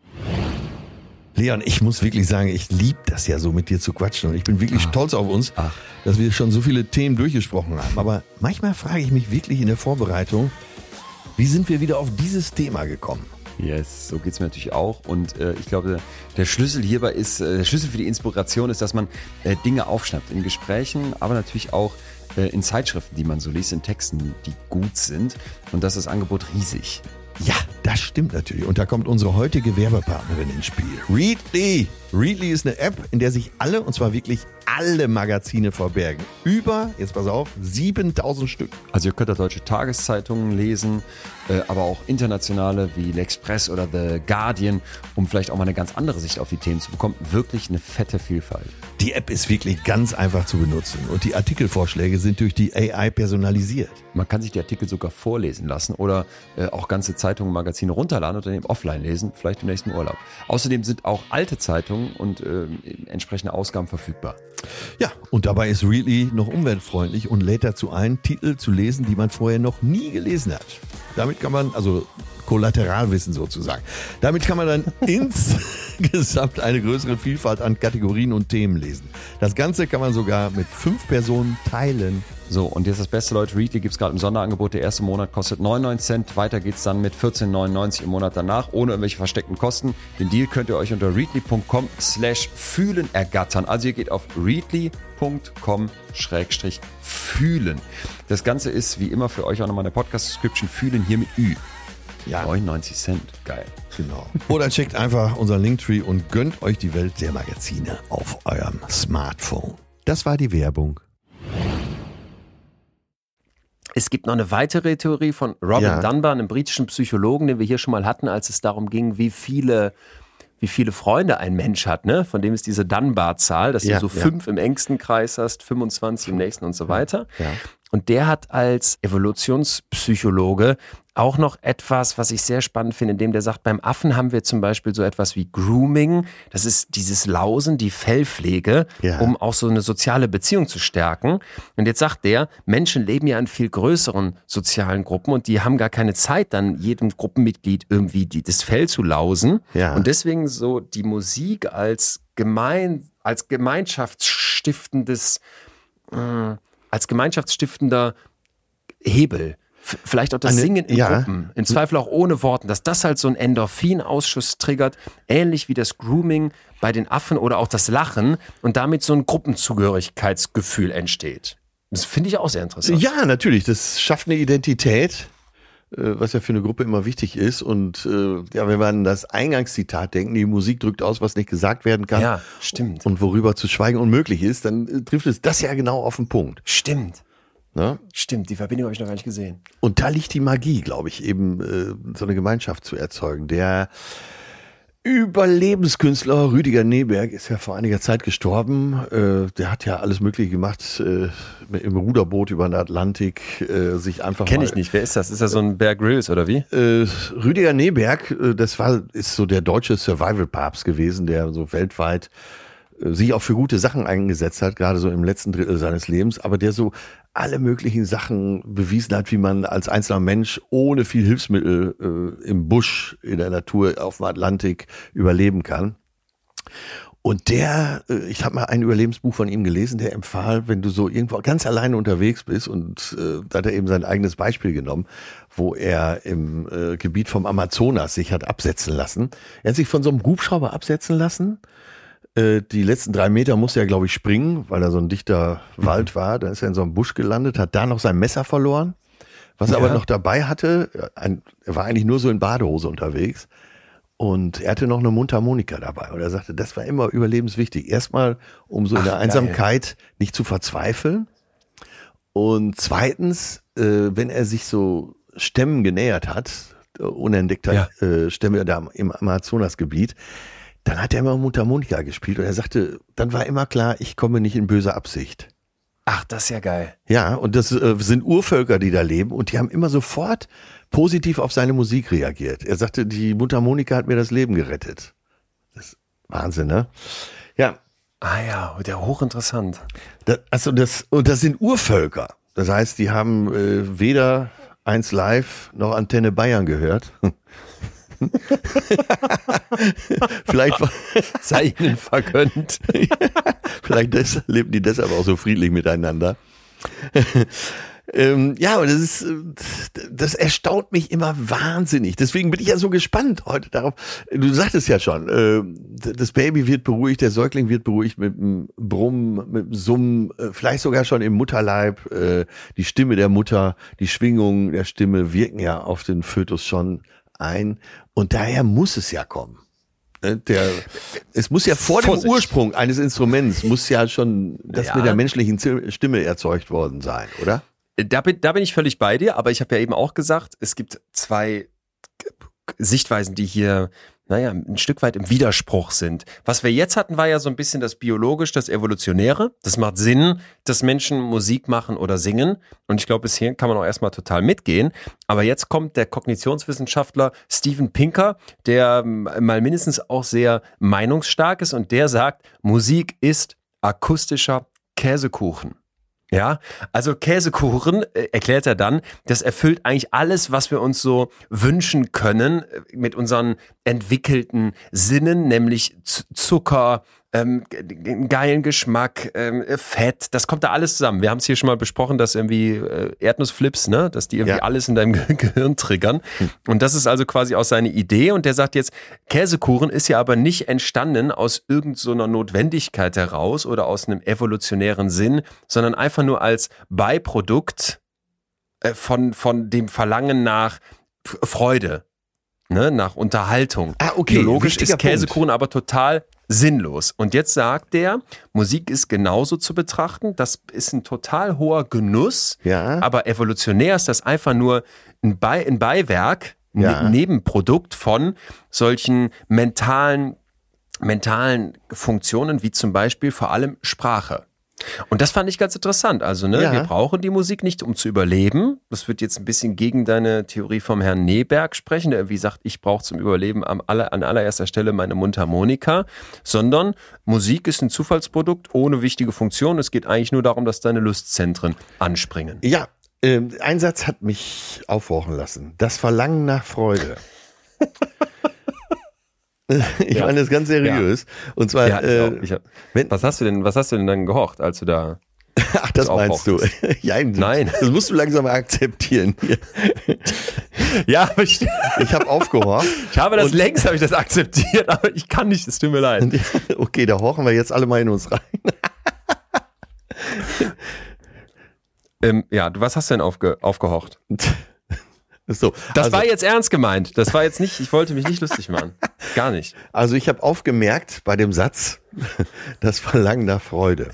Leon, ich muss wirklich sagen, ich liebe das ja so mit dir zu quatschen und ich bin wirklich stolz auf uns, Ach. dass wir schon so viele Themen durchgesprochen haben. Aber manchmal frage ich mich wirklich in der Vorbereitung, wie sind wir wieder auf dieses Thema gekommen? Yes, so geht's mir natürlich auch. Und äh, ich glaube, der Schlüssel hierbei ist, äh, der Schlüssel für die Inspiration ist, dass man äh, Dinge aufschnappt in Gesprächen, aber natürlich auch äh, in Zeitschriften, die man so liest, in Texten, die gut sind. Und das ist das Angebot riesig. Ja, das stimmt natürlich. Und da kommt unsere heutige Werbepartnerin ins Spiel. Readly. Readly ist eine App, in der sich alle, und zwar wirklich alle Magazine verbergen. Über, jetzt pass auf, siebentausend Stück. Also ihr könnt da deutsche Tageszeitungen lesen, äh, aber auch internationale wie L'Express oder The Guardian, um vielleicht auch mal eine ganz andere Sicht auf die Themen zu bekommen. Wirklich eine fette Vielfalt. Die App ist wirklich ganz einfach zu benutzen und die Artikelvorschläge sind durch die A I personalisiert. Man kann sich die Artikel sogar vorlesen lassen oder äh, auch ganze Zeitungen, Magazine runterladen und dann eben offline lesen, vielleicht im nächsten Urlaub. Außerdem sind auch alte Zeitungen und äh, entsprechende Ausgaben verfügbar. Ja, und dabei ist Readly noch umweltfreundlich und lädt dazu ein, Titel zu lesen, die man vorher noch nie gelesen hat. Damit kann man, also Kollateralwissen sozusagen, damit kann man dann insgesamt eine größere Vielfalt an Kategorien und Themen lesen. Das Ganze kann man sogar mit fünf Personen teilen. So, und jetzt das Beste, Leute, Readly gibt es gerade im Sonderangebot. Der erste Monat kostet neunundneunzig Cent. Weiter geht's dann mit vierzehn neunundneunzig im Monat danach, ohne irgendwelche versteckten Kosten. Den Deal könnt ihr euch unter readly.com slash fühlen ergattern. Also ihr geht auf readly.com schrägstrich fühlen. Das Ganze ist wie immer für euch auch nochmal eine Podcast-Description fühlen hier mit Ü. Ja. neunundneunzig Cent. Geil. Genau. Oder checkt einfach unseren Linktree und gönnt euch die Welt der Magazine auf eurem Smartphone. Das war die Werbung. Es gibt noch eine weitere Theorie von Robin Ja. Dunbar, einem britischen Psychologen, den wir hier schon mal hatten, als es darum ging, wie viele, wie viele Freunde ein Mensch hat, ne? Von dem ist diese Dunbar-Zahl, dass Ja, du so ja. fünf im engsten Kreis hast, fünfundzwanzig im nächsten und so weiter. Ja. Und der hat als Evolutionspsychologe auch noch etwas, was ich sehr spannend finde, indem der sagt, beim Affen haben wir zum Beispiel so etwas wie Grooming. Das ist dieses Lausen, die Fellpflege, Ja. um auch so eine soziale Beziehung zu stärken. Und jetzt sagt der, Menschen leben ja in viel größeren sozialen Gruppen und die haben gar keine Zeit, dann jedem Gruppenmitglied irgendwie die, das Fell zu lausen. Ja. Und deswegen so die Musik als gemein, als gemeinschaftsstiftendes, äh, als gemeinschaftsstiftender Hebel. F- Vielleicht auch das Eine- Singen in ja. Gruppen, im Zweifel auch ohne Worten, dass das halt so einen Endorphinausschuss triggert, ähnlich wie das Grooming bei den Affen oder auch das Lachen und damit so ein Gruppenzugehörigkeitsgefühl entsteht. Das finde ich auch sehr interessant. Ja, natürlich. Das schafft eine Identität, äh, was ja für eine Gruppe immer wichtig ist. Und äh, ja, wenn wir an das Eingangszitat denken, die Musik drückt aus, was nicht gesagt werden kann. Ja, stimmt. Und worüber zu schweigen unmöglich ist, dann äh, trifft es das ja genau auf den Punkt. Stimmt. Ne? Stimmt, die Verbindung habe ich noch gar nicht gesehen. Und da liegt die Magie, glaube ich, eben äh, so eine Gemeinschaft zu erzeugen. Der Überlebenskünstler Rüdiger Neberg ist ja vor einiger Zeit gestorben. Äh, der hat ja alles Mögliche gemacht, äh, im Ruderboot über den Atlantik, äh, sich einfach Kenne mal... ich nicht. Wer ist das? Ist das so ein Bear Grylls oder wie? Äh, Rüdiger Neberg, äh, das war, ist so der deutsche Survival-Papst gewesen, der so weltweit äh, sich auch für gute Sachen eingesetzt hat, gerade so im letzten Drittel seines Lebens, aber der so alle möglichen Sachen bewiesen hat, wie man als einzelner Mensch ohne viel Hilfsmittel äh, im Busch, in der Natur, auf dem Atlantik überleben kann. Und der, äh, ich habe mal ein Überlebensbuch von ihm gelesen, der empfahl, wenn du so irgendwo ganz alleine unterwegs bist, und äh, da hat er eben sein eigenes Beispiel genommen, wo er im äh, Gebiet vom Amazonas sich hat absetzen lassen. Er hat sich von so einem Hubschrauber absetzen lassen. Äh, die letzten drei Meter musste er, glaube ich, springen, weil da so ein dichter Wald war. Dann ist er in so einem Busch gelandet, hat da noch sein Messer verloren. Was er Ja. aber noch dabei hatte, ein, er war eigentlich nur so in Badehose unterwegs. Und er hatte noch eine Mundharmonika dabei. Und er sagte, das war immer überlebenswichtig. Erstmal, um so in Ach, der geil. Einsamkeit nicht zu verzweifeln. Und zweitens, äh, wenn er sich so Stämmen genähert hat, äh, unentdeckter Ja. äh, Stämme da im Amazonasgebiet, dann hat er immer Mundharmonika gespielt. Und er sagte, dann war immer klar, ich komme nicht in böse Absicht. Ach, das ist ja geil. Ja, und das äh, sind Urvölker, die da leben, und die haben immer sofort positiv auf seine Musik reagiert. Er sagte, die Mundharmonika hat mir das Leben gerettet. Das ist Wahnsinn, ne? Ja, Ah ja, der hochinteressant. das, also das, und das sind Urvölker. Das heißt, die haben äh, weder eins Live noch Antenne Bayern gehört. Vielleicht, war- Sei ihnen vergönnt. vielleicht des, leben die deshalb auch so friedlich miteinander. ähm, ja, aber das ist, äh, das erstaunt mich immer wahnsinnig. Deswegen bin ich ja so gespannt heute darauf. Du sagtest ja schon, äh, das Baby wird beruhigt, der Säugling wird beruhigt mit dem Brummen, mit dem Summen, äh, vielleicht sogar schon im Mutterleib. Äh, die Stimme der Mutter, die Schwingungen der Stimme wirken ja auf den Fötus schon ein. Und daher muss es ja kommen. Ne, Der, es muss ja vor Vorsicht. dem Ursprung eines Instruments, muss ja schon das Ja. mit der menschlichen Zi- Stimme erzeugt worden sein, oder? Da bin, da bin ich völlig bei dir, aber ich habe ja eben auch gesagt, es gibt zwei Sichtweisen, die hier, naja, ein Stück weit im Widerspruch sind. Was wir jetzt hatten, war ja so ein bisschen das biologisch, das Evolutionäre. Das macht Sinn, dass Menschen Musik machen oder singen. Und ich glaube, bis hierhin kann man auch erstmal total mitgehen. Aber jetzt kommt der Kognitionswissenschaftler Steven Pinker, der ähm, mal mindestens auch sehr meinungsstark ist, und der sagt, Musik ist akustischer Käsekuchen. Ja, also Käsekuchen, äh, erklärt er dann, das erfüllt eigentlich alles, was wir uns so wünschen können äh, mit unseren entwickelten Sinnen, nämlich Z- Zucker, ähm, g- g- geilen Geschmack, ähm, Fett, das kommt da alles zusammen. Wir haben es hier schon mal besprochen, dass irgendwie äh, Erdnussflips, ne, dass die irgendwie Ja. alles in deinem Ge- Gehirn triggern. Und das ist also quasi auch seine Idee. Und der sagt jetzt, Käsekuchen ist ja aber nicht entstanden aus irgend so einer Notwendigkeit heraus oder aus einem evolutionären Sinn, sondern einfach nur als Beiprodukt äh, von, von dem Verlangen nach F- Freude. ne, nach Unterhaltung. Ah, okay. Biologisch Wichtiger ist Käsekuchen Punkt. aber total sinnlos. Und jetzt sagt der, Musik ist genauso zu betrachten. Das ist ein total hoher Genuss. Ja. Aber evolutionär ist das einfach nur ein, Be- ein Beiwerk, Ja. ein Nebenprodukt von solchen mentalen, mentalen Funktionen, wie zum Beispiel vor allem Sprache. Und das fand ich ganz interessant. Also, ne, Ja. wir brauchen die Musik nicht, um zu überleben. Das wird jetzt ein bisschen gegen deine Theorie vom Herrn Neberg sprechen, der irgendwie sagt, ich brauche zum Überleben am aller, an allererster Stelle meine Mundharmonika, sondern Musik ist ein Zufallsprodukt ohne wichtige Funktion. Es geht eigentlich nur darum, dass deine Lustzentren anspringen. Ja, ähm, ein Satz hat mich aufhorchen lassen. Das Verlangen nach Freude. Ich Ja. meine das ganz seriös. Und zwar, Ja, ich äh, auch. Ich hab, wenn, was hast du denn, was hast du denn dann gehocht, als du da? ach, das du meinst du? Ja, Nein. Das musst du langsam mal akzeptieren. Ja, aber ich, Ich habe aufgehorcht. ich habe das Und- längst, habe ich das akzeptiert, aber ich kann nicht, es tut mir leid. Okay, da horchen wir jetzt alle mal in uns rein. Ähm, ja, du, was hast du denn aufge, aufgehocht? So, Das also, war jetzt ernst gemeint. Das war jetzt nicht, ich wollte mich nicht lustig machen. Gar nicht. also ich habe aufgemerkt bei dem Satz, das Verlangen nach Freude.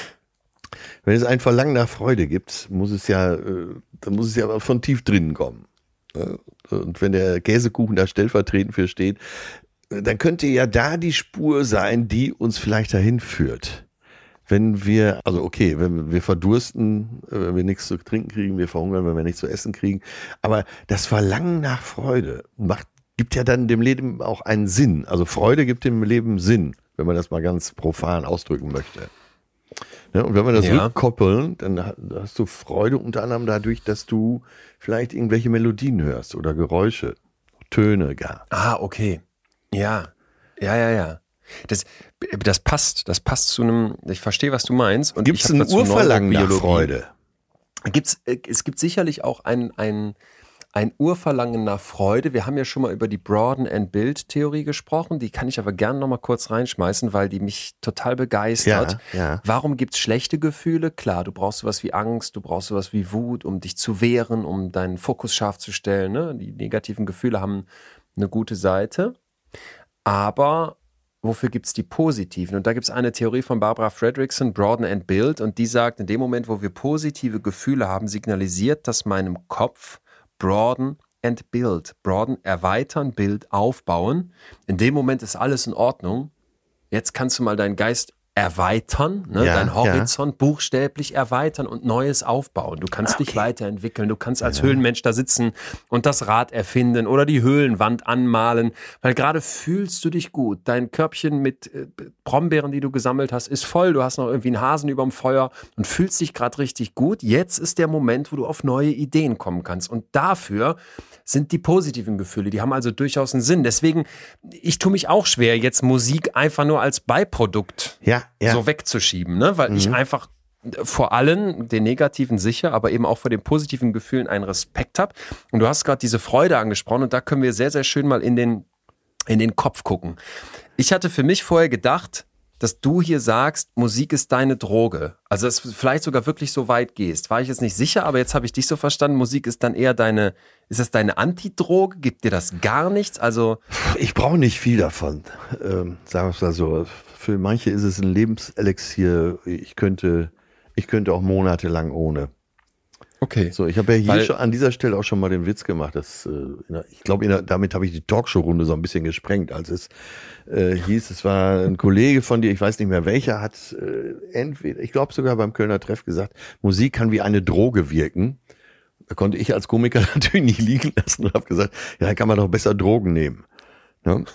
Wenn es ein Verlangen nach Freude gibt, muss es ja, äh, dann muss es ja von tief drinnen kommen. Äh, Und wenn der Käsekuchen da stellvertretend für steht, äh, dann könnte ja da die Spur sein, die uns vielleicht dahin führt. Wenn wir, also okay, wenn wir verdursten, äh, wenn wir nichts zu trinken kriegen, wir verhungern, wenn wir nichts zu essen kriegen. Aber das Verlangen nach Freude macht, gibt ja dann dem Leben auch einen Sinn. Also Freude gibt dem Leben Sinn, wenn man das mal ganz profan ausdrücken möchte. Ja, und wenn wir das Ja. rückkoppeln, dann ha- hast du Freude unter anderem dadurch, dass du vielleicht irgendwelche Melodien hörst oder Geräusche, Töne gar. Ah, okay. Ja. Ja, ja, ja. Das, das passt. Das passt zu einem, ich verstehe, was du meinst. Und Gibt ich es hab ein dazu Urverlangen nach Neurobiologie. Freude? Gibt's, äh, es gibt sicherlich auch ein, ein, ein Urverlangen nach Freude. Wir haben ja schon mal über die Broaden-and-Build-Theorie gesprochen. Die kann ich aber gerne noch mal kurz reinschmeißen, weil die mich total begeistert. Ja, ja. Warum gibt es schlechte Gefühle? Klar, du brauchst sowas wie Angst, du brauchst sowas wie Wut, um dich zu wehren, um deinen Fokus scharf zu stellen. Ne? Die negativen Gefühle haben eine gute Seite. Aber wofür gibt es die positiven? Und da gibt es eine Theorie von Barbara Fredrickson, Broaden and Build, und die sagt, in dem Moment, wo wir positive Gefühle haben, signalisiert das meinem Kopf Broaden and Build. Broaden, erweitern, Build, aufbauen. In dem Moment ist alles in Ordnung. Jetzt kannst du mal deinen Geist erweitern, ne? Ja, Dein Horizont buchstäblich erweitern und Neues aufbauen. Du kannst dich weiterentwickeln, du kannst als Höhlenmensch da sitzen und das Rad erfinden oder die Höhlenwand anmalen, weil gerade fühlst du dich gut. Dein Körbchen mit äh, Brombeeren, die du gesammelt hast, ist voll. Du hast noch irgendwie einen Hasen überm Feuer und fühlst dich gerade richtig gut. Jetzt ist der Moment, wo du auf neue Ideen kommen kannst. Und dafür sind die positiven Gefühle, die haben also durchaus einen Sinn. Deswegen, ich tue mich auch schwer, jetzt Musik einfach nur als Beiprodukt Ja, ja. so wegzuschieben, ne? Weil ich einfach vor allen den negativen sicher, aber eben auch vor den positiven Gefühlen einen Respekt habe. Und du hast gerade diese Freude angesprochen und da können wir sehr, sehr schön mal in den, in den Kopf gucken. Ich hatte für mich vorher gedacht, dass du hier sagst, Musik ist deine Droge. Also dass du vielleicht sogar wirklich so weit gehst. War ich jetzt nicht sicher, aber jetzt habe ich dich so verstanden, Musik ist dann eher deine, ist das deine Antidroge? Gibt dir das gar nichts? Also Ich brauche nicht viel davon, ähm, sagen wir es mal so. Für manche ist es ein Lebenselixier. Ich könnte, ich könnte auch monatelang ohne. okay. So, ich habe ja hier Weil- schon an dieser Stelle auch schon mal den Witz gemacht. Dass, äh, ich glaube, damit habe ich die Talkshow-Runde so ein bisschen gesprengt, als es äh, hieß, es war ein Kollege von dir, ich weiß nicht mehr welcher, hat äh, entweder, ich glaube sogar beim Kölner Treff gesagt, Musik kann wie eine Droge wirken. Da konnte ich als Komiker natürlich nicht liegen lassen und habe gesagt, ja, dann kann man doch besser Drogen nehmen. Ne?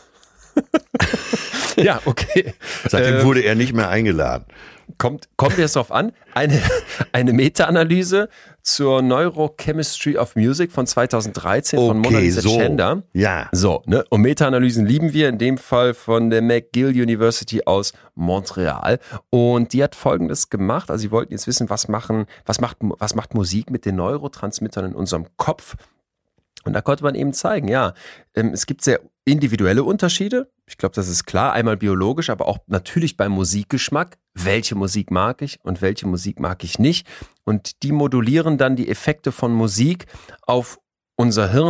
Ja, okay. Seitdem Ähm, wurde er nicht mehr eingeladen. Kommt, kommt jetzt drauf an, eine, eine Meta-Analyse zur Neurochemistry of Music von zweitausenddreizehn von Mona Lisa so. Chanda. Ja. So, ne? Und Meta-Analysen lieben wir, in dem Fall von der McGill University aus Montreal. Und die hat Folgendes gemacht, also sie wollten jetzt wissen, was machen, was macht, was macht Musik mit den Neurotransmittern in unserem Kopf? Und da konnte man eben zeigen, ja, ähm, es gibt sehr individuelle Unterschiede. Ich glaube, das ist klar, einmal biologisch, aber auch natürlich beim Musikgeschmack. Welche Musik mag ich und welche Musik mag ich nicht? Und die modulieren dann die Effekte von Musik auf unser Hirn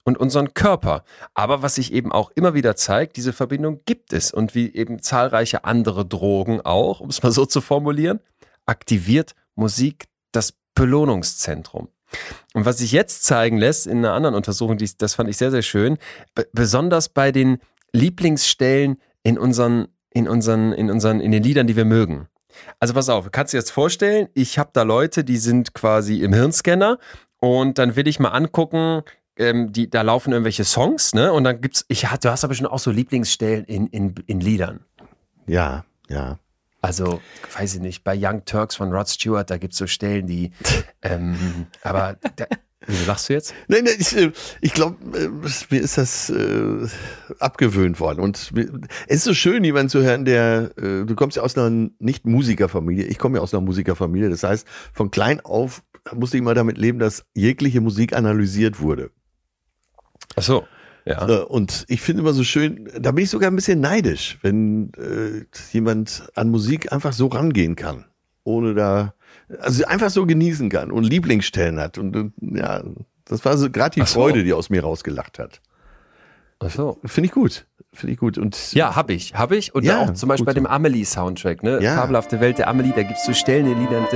und unseren Körper. Aber was sich eben auch immer wieder zeigt, diese Verbindung gibt es. Und wie eben zahlreiche andere Drogen auch, um es mal so zu formulieren, aktiviert Musik das Belohnungszentrum. Und was sich jetzt zeigen lässt in einer anderen Untersuchung, die, das fand ich sehr, sehr schön, b- besonders bei den Lieblingsstellen in unseren, in unseren, in unseren, in den Liedern, die wir mögen. Also pass auf, kannst du dir jetzt vorstellen, ich habe da Leute, die sind quasi im Hirnscanner und dann will ich mal angucken, ähm, die, da laufen irgendwelche Songs, ne? Und dann gibt's, ich, du hast aber schon auch so Lieblingsstellen in, in, in Liedern. Ja, ja. Also, weiß ich nicht, bei Young Turks von Rod Stewart, da gibt's so Stellen, die, ähm, aber, da, wie lachst du jetzt? Nein, nein, ich, äh, ich glaube, mir ist das äh, abgewöhnt worden. Und es ist so schön, jemanden zu hören, der, äh, du kommst ja aus einer Nicht-Musikerfamilie, ich komme ja aus einer Musikerfamilie, das heißt, von klein auf musste ich mal damit leben, dass jegliche Musik analysiert wurde. Ach so. Ja. Und ich finde immer so schön, da bin ich sogar ein bisschen neidisch, wenn äh, jemand an Musik einfach so rangehen kann, ohne da, also einfach so genießen kann und Lieblingsstellen hat. Und, und ja, das war so gerade die Ach so. Freude, die aus mir rausgelacht hat. Ach so. Finde ich gut. Finde ich gut. Und Ja, hab ich, hab ich. Und Ja, auch zum Beispiel bei gut dem Amelie-Soundtrack, ne? Ja. Fabelhafte Welt der Amelie, da gibt's so Stellen in den Liedern.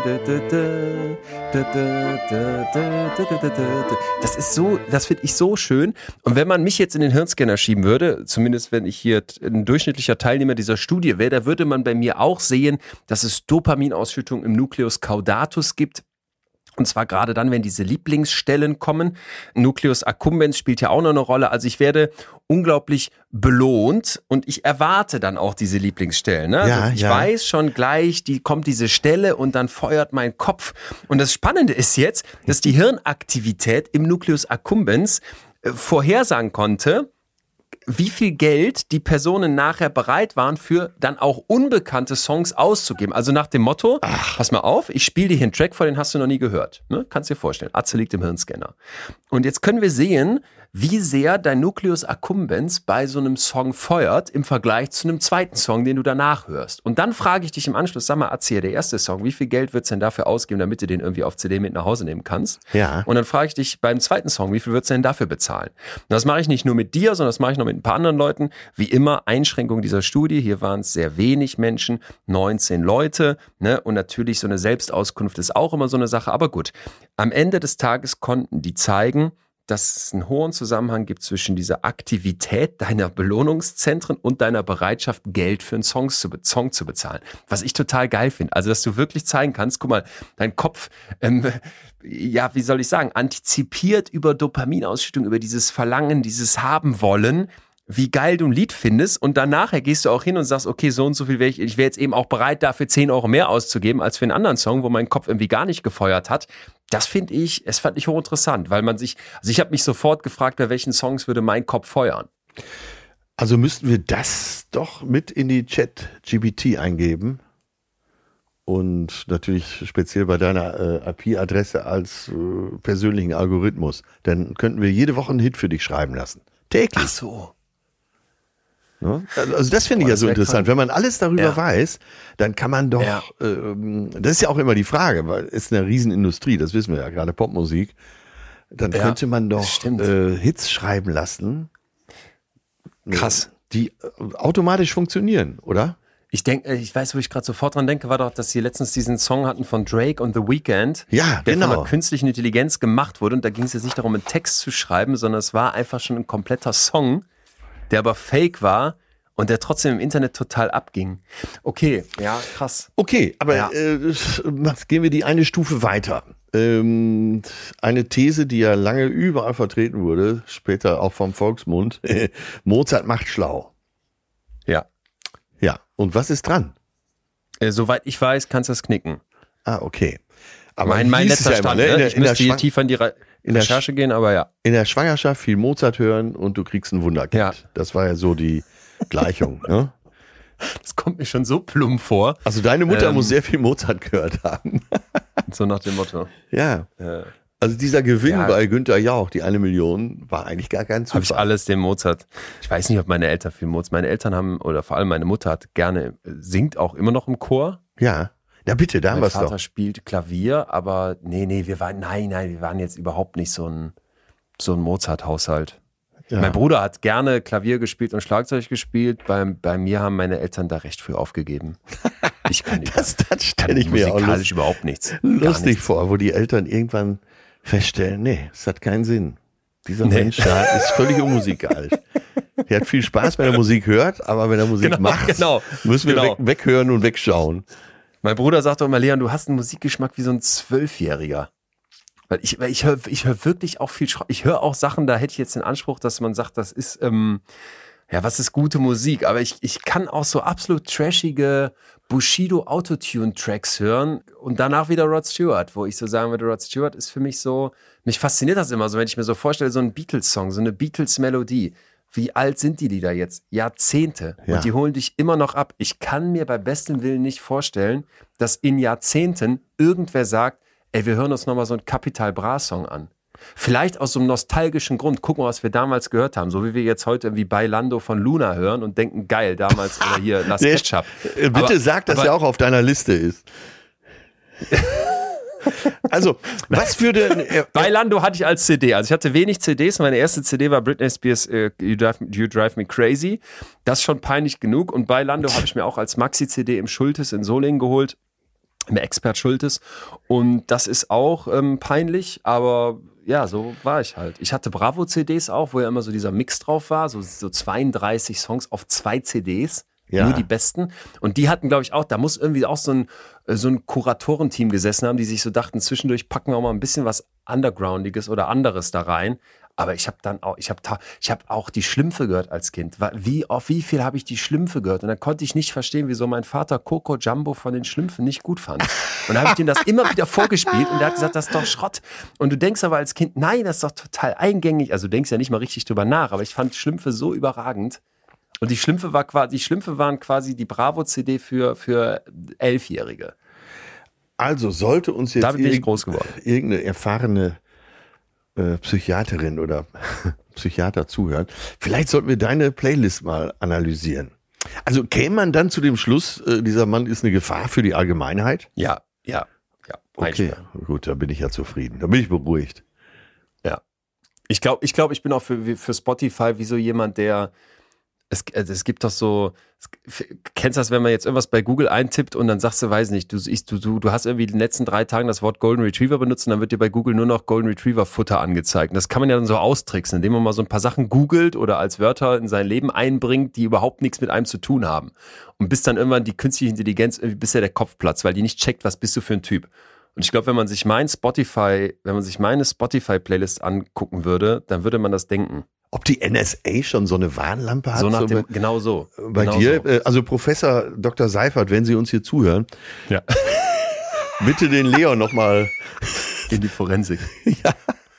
Das ist so, das finde ich so schön. Und wenn man mich jetzt in den Hirnscanner schieben würde, zumindest wenn ich hier ein durchschnittlicher Teilnehmer dieser Studie wäre, da würde man bei mir auch sehen, dass es Dopaminausschüttung im Nucleus caudatus gibt. Und zwar gerade dann, wenn diese Lieblingsstellen kommen. Nucleus accumbens spielt ja auch noch eine Rolle. Also ich werde unglaublich belohnt und ich erwarte dann auch diese Lieblingsstellen. Ne? Ja, also ich ja. weiß schon gleich, die kommt diese Stelle und dann feuert mein Kopf. Und das Spannende ist jetzt, dass die Hirnaktivität im Nucleus accumbens äh, vorhersagen konnte, wie viel Geld die Personen nachher bereit waren, für dann auch unbekannte Songs auszugeben. Also nach dem Motto, Ach. pass mal auf, ich spiele dir hier einen Track vor, den hast du noch nie gehört. Ne? Kannst dir vorstellen, Atze liegt im Hirnscanner. Und jetzt können wir sehen, wie sehr dein Nucleus accumbens bei so einem Song feuert im Vergleich zu einem zweiten Song, den du danach hörst. Und dann frage ich dich im Anschluss, sag mal, Atze, der erste Song, wie viel Geld wird's denn dafür ausgeben, damit du den irgendwie auf C D mit nach Hause nehmen kannst? Ja. Und dann frage ich dich beim zweiten Song, wie viel wird's denn dafür bezahlen? Und das mache ich nicht nur mit dir, sondern das mache ich noch mit ein paar anderen Leuten. Wie immer, Einschränkung dieser Studie. Hier waren es sehr wenig Menschen, neunzehn Leute. Ne? Und natürlich so eine Selbstauskunft ist auch immer so eine Sache. Aber gut, am Ende des Tages konnten die zeigen, dass es einen hohen Zusammenhang gibt zwischen dieser Aktivität deiner Belohnungszentren und deiner Bereitschaft, Geld für einen Song zu, be- Song zu bezahlen. Was ich total geil finde. Also, dass du wirklich zeigen kannst, guck mal, dein Kopf, ähm, ja, wie soll ich sagen, antizipiert über Dopaminausschüttung, über dieses Verlangen, dieses Haben-Wollen, wie geil du ein Lied findest und dann nachher gehst du auch hin und sagst, okay, so und so viel wäre ich, ich wäre jetzt eben auch bereit, dafür zehn Euro mehr auszugeben, als für einen anderen Song, wo mein Kopf irgendwie gar nicht gefeuert hat. Das finde ich, es fand ich hochinteressant, weil man sich, also ich habe mich sofort gefragt, bei welchen Songs würde mein Kopf feuern. Also müssten wir das doch mit in die Chat-G P T eingeben und natürlich speziell bei deiner äh, I P-Adresse als äh, persönlichen Algorithmus. Dann könnten wir jede Woche einen Hit für dich schreiben lassen. Täglich. Ach so. Ne? Also das finde ich Boah, ja das so wär interessant. krank. Wenn man alles darüber Ja. weiß, dann kann man doch, Ja. ähm, das ist ja auch immer die Frage, weil es ist eine Riesenindustrie, das wissen wir ja, gerade Popmusik. Dann Ja, könnte man doch das stimmt. äh, Hits schreiben lassen, Krass. die äh, automatisch funktionieren, oder? Ich denke, ich weiß, wo ich gerade sofort dran denke, war doch, dass sie letztens diesen Song hatten von Drake und The Weeknd, Ja, der genau. von einer künstlichen Intelligenz gemacht wurde. Und da ging es jetzt nicht darum, einen Text zu schreiben, sondern es war einfach schon ein kompletter Song, der aber fake war und der trotzdem im Internet total abging. Okay, ja, krass. Okay, aber Ja. äh, gehen wir die eine Stufe weiter. Ähm, eine These, die ja lange überall vertreten wurde, später auch vom Volksmund, Mozart macht schlau. Ja. Ja, und was ist dran? Äh, soweit ich weiß, kannst du das knicken. Ah, okay. Aber mein mein hieß es letzter ja immer, Stand, ne? ne? In der- Ich in der müsste hier Schwang- tiefer in die Re in der Recherche gehen, aber ja. In der Schwangerschaft viel Mozart hören und du kriegst ein Wunderkind. Ja. Das war ja so die Gleichung. Ne? Das kommt mir schon so plump vor, Also deine Mutter Ähm. muss sehr viel Mozart gehört haben. so nach dem Motto. Ja. Äh, Also dieser Gewinn Ja. bei Günther Jauch, die eine Million, war eigentlich gar kein Habe ich Zufall. alles dem Mozart. Ich weiß nicht, ob meine Eltern viel Mozart. Meine Eltern haben, oder vor allem meine Mutter hat gerne, singt auch immer noch im Chor. Ja. Na bitte, da haben Mein wir es Vater doch. spielt Klavier, aber nee, nee, wir waren, nein, nein, wir waren jetzt überhaupt nicht so ein, so ein Mozart-Haushalt. Ja. Mein Bruder hat gerne Klavier gespielt und Schlagzeug gespielt. Bei, bei mir haben meine Eltern da recht früh aufgegeben. Ich kann nicht. Das, das stelle ich mir auch musikalisch lust, überhaupt nichts. lustig nichts. vor, wo die Eltern irgendwann feststellen, nee, es hat keinen Sinn. Dieser Nee. Mensch da ist völlig unmusikalisch. Er hat viel Spaß, wenn er Musik hört, aber wenn er Musik Genau, macht, genau, müssen wir genau. weg, weghören und wegschauen. Mein Bruder sagt doch immer, Leon, du hast einen Musikgeschmack wie so ein Zwölfjähriger. Weil ich, weil ich höre ich hör wirklich auch viel Schrott. Ich höre auch Sachen, da hätte ich jetzt den Anspruch, dass man sagt, das ist, ähm, ja, was ist gute Musik? Aber ich, ich kann auch so absolut trashige Bushido-Autotune-Tracks hören und danach wieder Rod Stewart, wo ich so sagen würde, Rod Stewart ist für mich so, mich fasziniert das immer so, wenn ich mir so vorstelle, so ein Beatles-Song, so eine Beatles-Melodie. Wie alt sind die Lieder jetzt? Jahrzehnte. Ja. Und die holen dich immer noch ab. Ich kann mir bei bestem Willen nicht vorstellen, dass in Jahrzehnten irgendwer sagt, ey, wir hören uns nochmal so einen Capital Bra Song an. Vielleicht aus so einem nostalgischen Grund. Guck mal, was wir damals gehört haben. So wie wir jetzt heute irgendwie Bailando von Luna hören und denken, geil, damals oder hier Las Der- Ketchup. Äh, Bitte Aber- sag, dass aber- er auch auf deiner Liste ist. Also, was würde... Äh, Bailando hatte ich als C D. Also ich hatte wenig C Ds. Meine erste C D war Britney Spears äh, you, Drive, you Drive Me Crazy. Das ist schon peinlich genug. Und Bailando habe ich mir auch als Maxi-C D im Schultes in Solingen geholt. Im Expert Schultes. Und das ist auch ähm, peinlich, aber ja, so war ich halt. Ich hatte Bravo-C Ds auch, wo ja immer so dieser Mix drauf war. So, so zweiunddreißig Songs auf zwei C Ds. Ja. Nur die besten. Und die hatten, glaube ich, auch, da muss irgendwie auch so ein, so ein Kuratorenteam gesessen haben, die sich so dachten, zwischendurch packen wir auch mal ein bisschen was Undergroundiges oder anderes da rein. Aber ich habe dann auch, ich habe ich hab auch die Schlümpfe gehört als Kind. Wie, auf wie viel habe ich die Schlümpfe gehört? Und dann konnte ich nicht verstehen, wieso mein Vater Coco Jumbo von den Schlümpfen nicht gut fand. Und dann habe ich ihm das immer wieder vorgespielt und der hat gesagt, das ist doch Schrott. Und du denkst aber als Kind, nein, das ist doch total eingängig. Also du denkst ja nicht mal richtig drüber nach, aber ich fand Schlümpfe so überragend. Und die Schlümpfe, war quasi, die Schlümpfe waren quasi die Bravo-C D für, für Elfjährige. Also sollte uns jetzt Damit bin ich irgend- groß geworden. irgendeine erfahrene äh, Psychiaterin oder Psychiater zuhören, vielleicht sollten wir deine Playlist mal analysieren. Also käme man dann zu dem Schluss, äh, dieser Mann ist eine Gefahr für die Allgemeinheit? Ja, ja, ja. Okay, gut, da bin ich ja zufrieden. Da bin ich beruhigt. Ja. Ich glaube, ich, glaub, ich bin auch für, für Spotify wie so jemand, der Es, also es gibt doch so, es, kennst du das, wenn man jetzt irgendwas bei Google eintippt und dann sagst du, weiß nicht, du, ich, du, du, du hast irgendwie in den letzten drei Tagen das Wort Golden Retriever benutzt und dann wird dir bei Google nur noch Golden Retriever Futter angezeigt. Und das kann man ja dann so austricksen, indem man mal so ein paar Sachen googelt oder als Wörter in sein Leben einbringt, die überhaupt nichts mit einem zu tun haben. Und bis dann irgendwann die künstliche Intelligenz irgendwie bisher der Kopf platzt, weil die nicht checkt, was bist du für ein Typ. Und ich glaube, wenn man sich mein Spotify, wenn man sich meine Spotify-Playlist angucken würde, dann würde man das denken. Ob die N S A schon so eine Warnlampe hat? So nach so dem, bei, genau so. bei genau dir? So. Äh, Also Professor Doktor Seifert, wenn Sie uns hier zuhören, Ja. bitte den Leon nochmal. In die Forensik. Ja.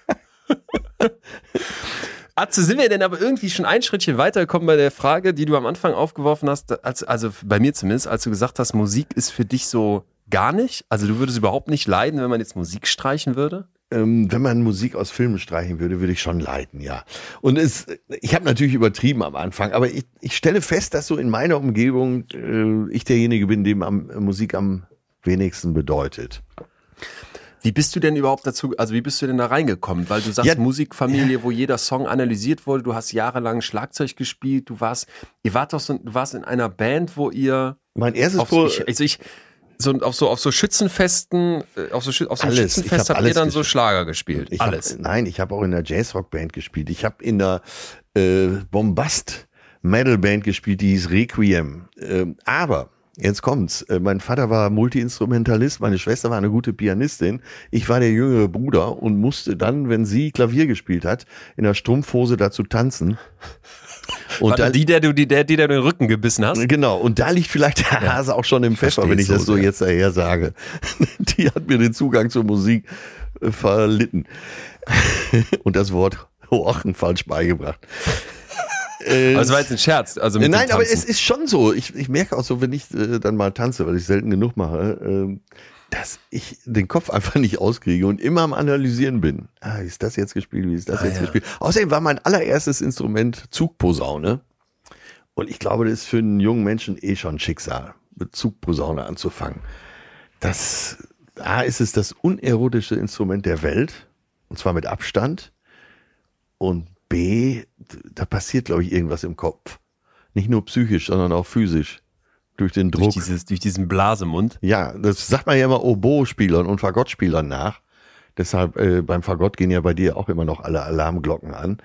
Atze, sind wir denn aber irgendwie schon ein Schrittchen weitergekommen bei der Frage, die du am Anfang aufgeworfen hast, als, also bei mir zumindest, als du gesagt hast, Musik ist für dich so gar nicht? Also du würdest überhaupt nicht leiden, wenn man jetzt Musik streichen würde? Ähm, wenn man Musik aus Filmen streichen würde, würde ich schon leiden, ja. Und es, ich habe natürlich übertrieben am Anfang, aber ich, ich stelle fest, dass so in meiner Umgebung äh, ich derjenige bin, dem am, Musik am wenigsten bedeutet. Wie bist du denn überhaupt dazu, also wie bist du denn da reingekommen? Weil du sagst Ja, Musikfamilie, wo jeder Song analysiert wurde, du hast jahrelang Schlagzeug gespielt, du warst, ihr wart doch so, du warst in einer Band, wo ihr Mein erstes auf so, Pro- ich, also ich, so auf so auf so Schützenfesten, äh, auf so, Schü- auf so einem Alles. Ich Schützenfest hab habt ihr alles dann so gespielt. Schlager gespielt. Ich Alles. Hab, nein, ich habe auch in der Jazzrock-Band gespielt. Ich habe in der äh, Bombast-Metal-Band gespielt, die hieß Requiem. Ähm, aber, jetzt kommt's, äh, mein Vater war Multi-Instrumentalist, meine Schwester war eine gute Pianistin, ich war der jüngere Bruder und musste dann, wenn sie Klavier gespielt hat, in der Strumpfhose dazu tanzen. Und War da, das die, der du, die, der, die, der du den Rücken gebissen hast? Genau, und da liegt vielleicht der Hase auch schon im Pfeffer, versteh's wenn ich das so so sehr. jetzt daher sage. Die hat mir den Zugang zur Musik äh, verlitten. Und das Wort Horchen falsch beigebracht. Äh, Also das war jetzt ein Scherz. Also mit Nein, dem aber Tanzen. es ist schon so. Ich, ich merke auch so, wenn ich äh, dann mal tanze, weil ich selten genug mache, äh, dass ich den Kopf einfach nicht auskriege und immer am Analysieren bin. Ah, wie ist das jetzt gespielt? Wie ist das Ah, jetzt ja. gespielt? Außerdem war mein allererstes Instrument Zugposaune. Und ich glaube, das ist für einen jungen Menschen eh schon Schicksal, mit Zugposaune anzufangen. Das, A, ist es das unerotischste Instrument der Welt. Und zwar mit Abstand. und B, da passiert, glaube ich, irgendwas im Kopf. Nicht nur psychisch, sondern auch physisch. Durch den Druck. Durch, dieses, durch diesen Blasemund. Ja, das sagt man ja immer Oboe-Spielern und Fagottspielern nach. Deshalb äh, beim Fagott gehen ja bei dir auch immer noch alle Alarmglocken an.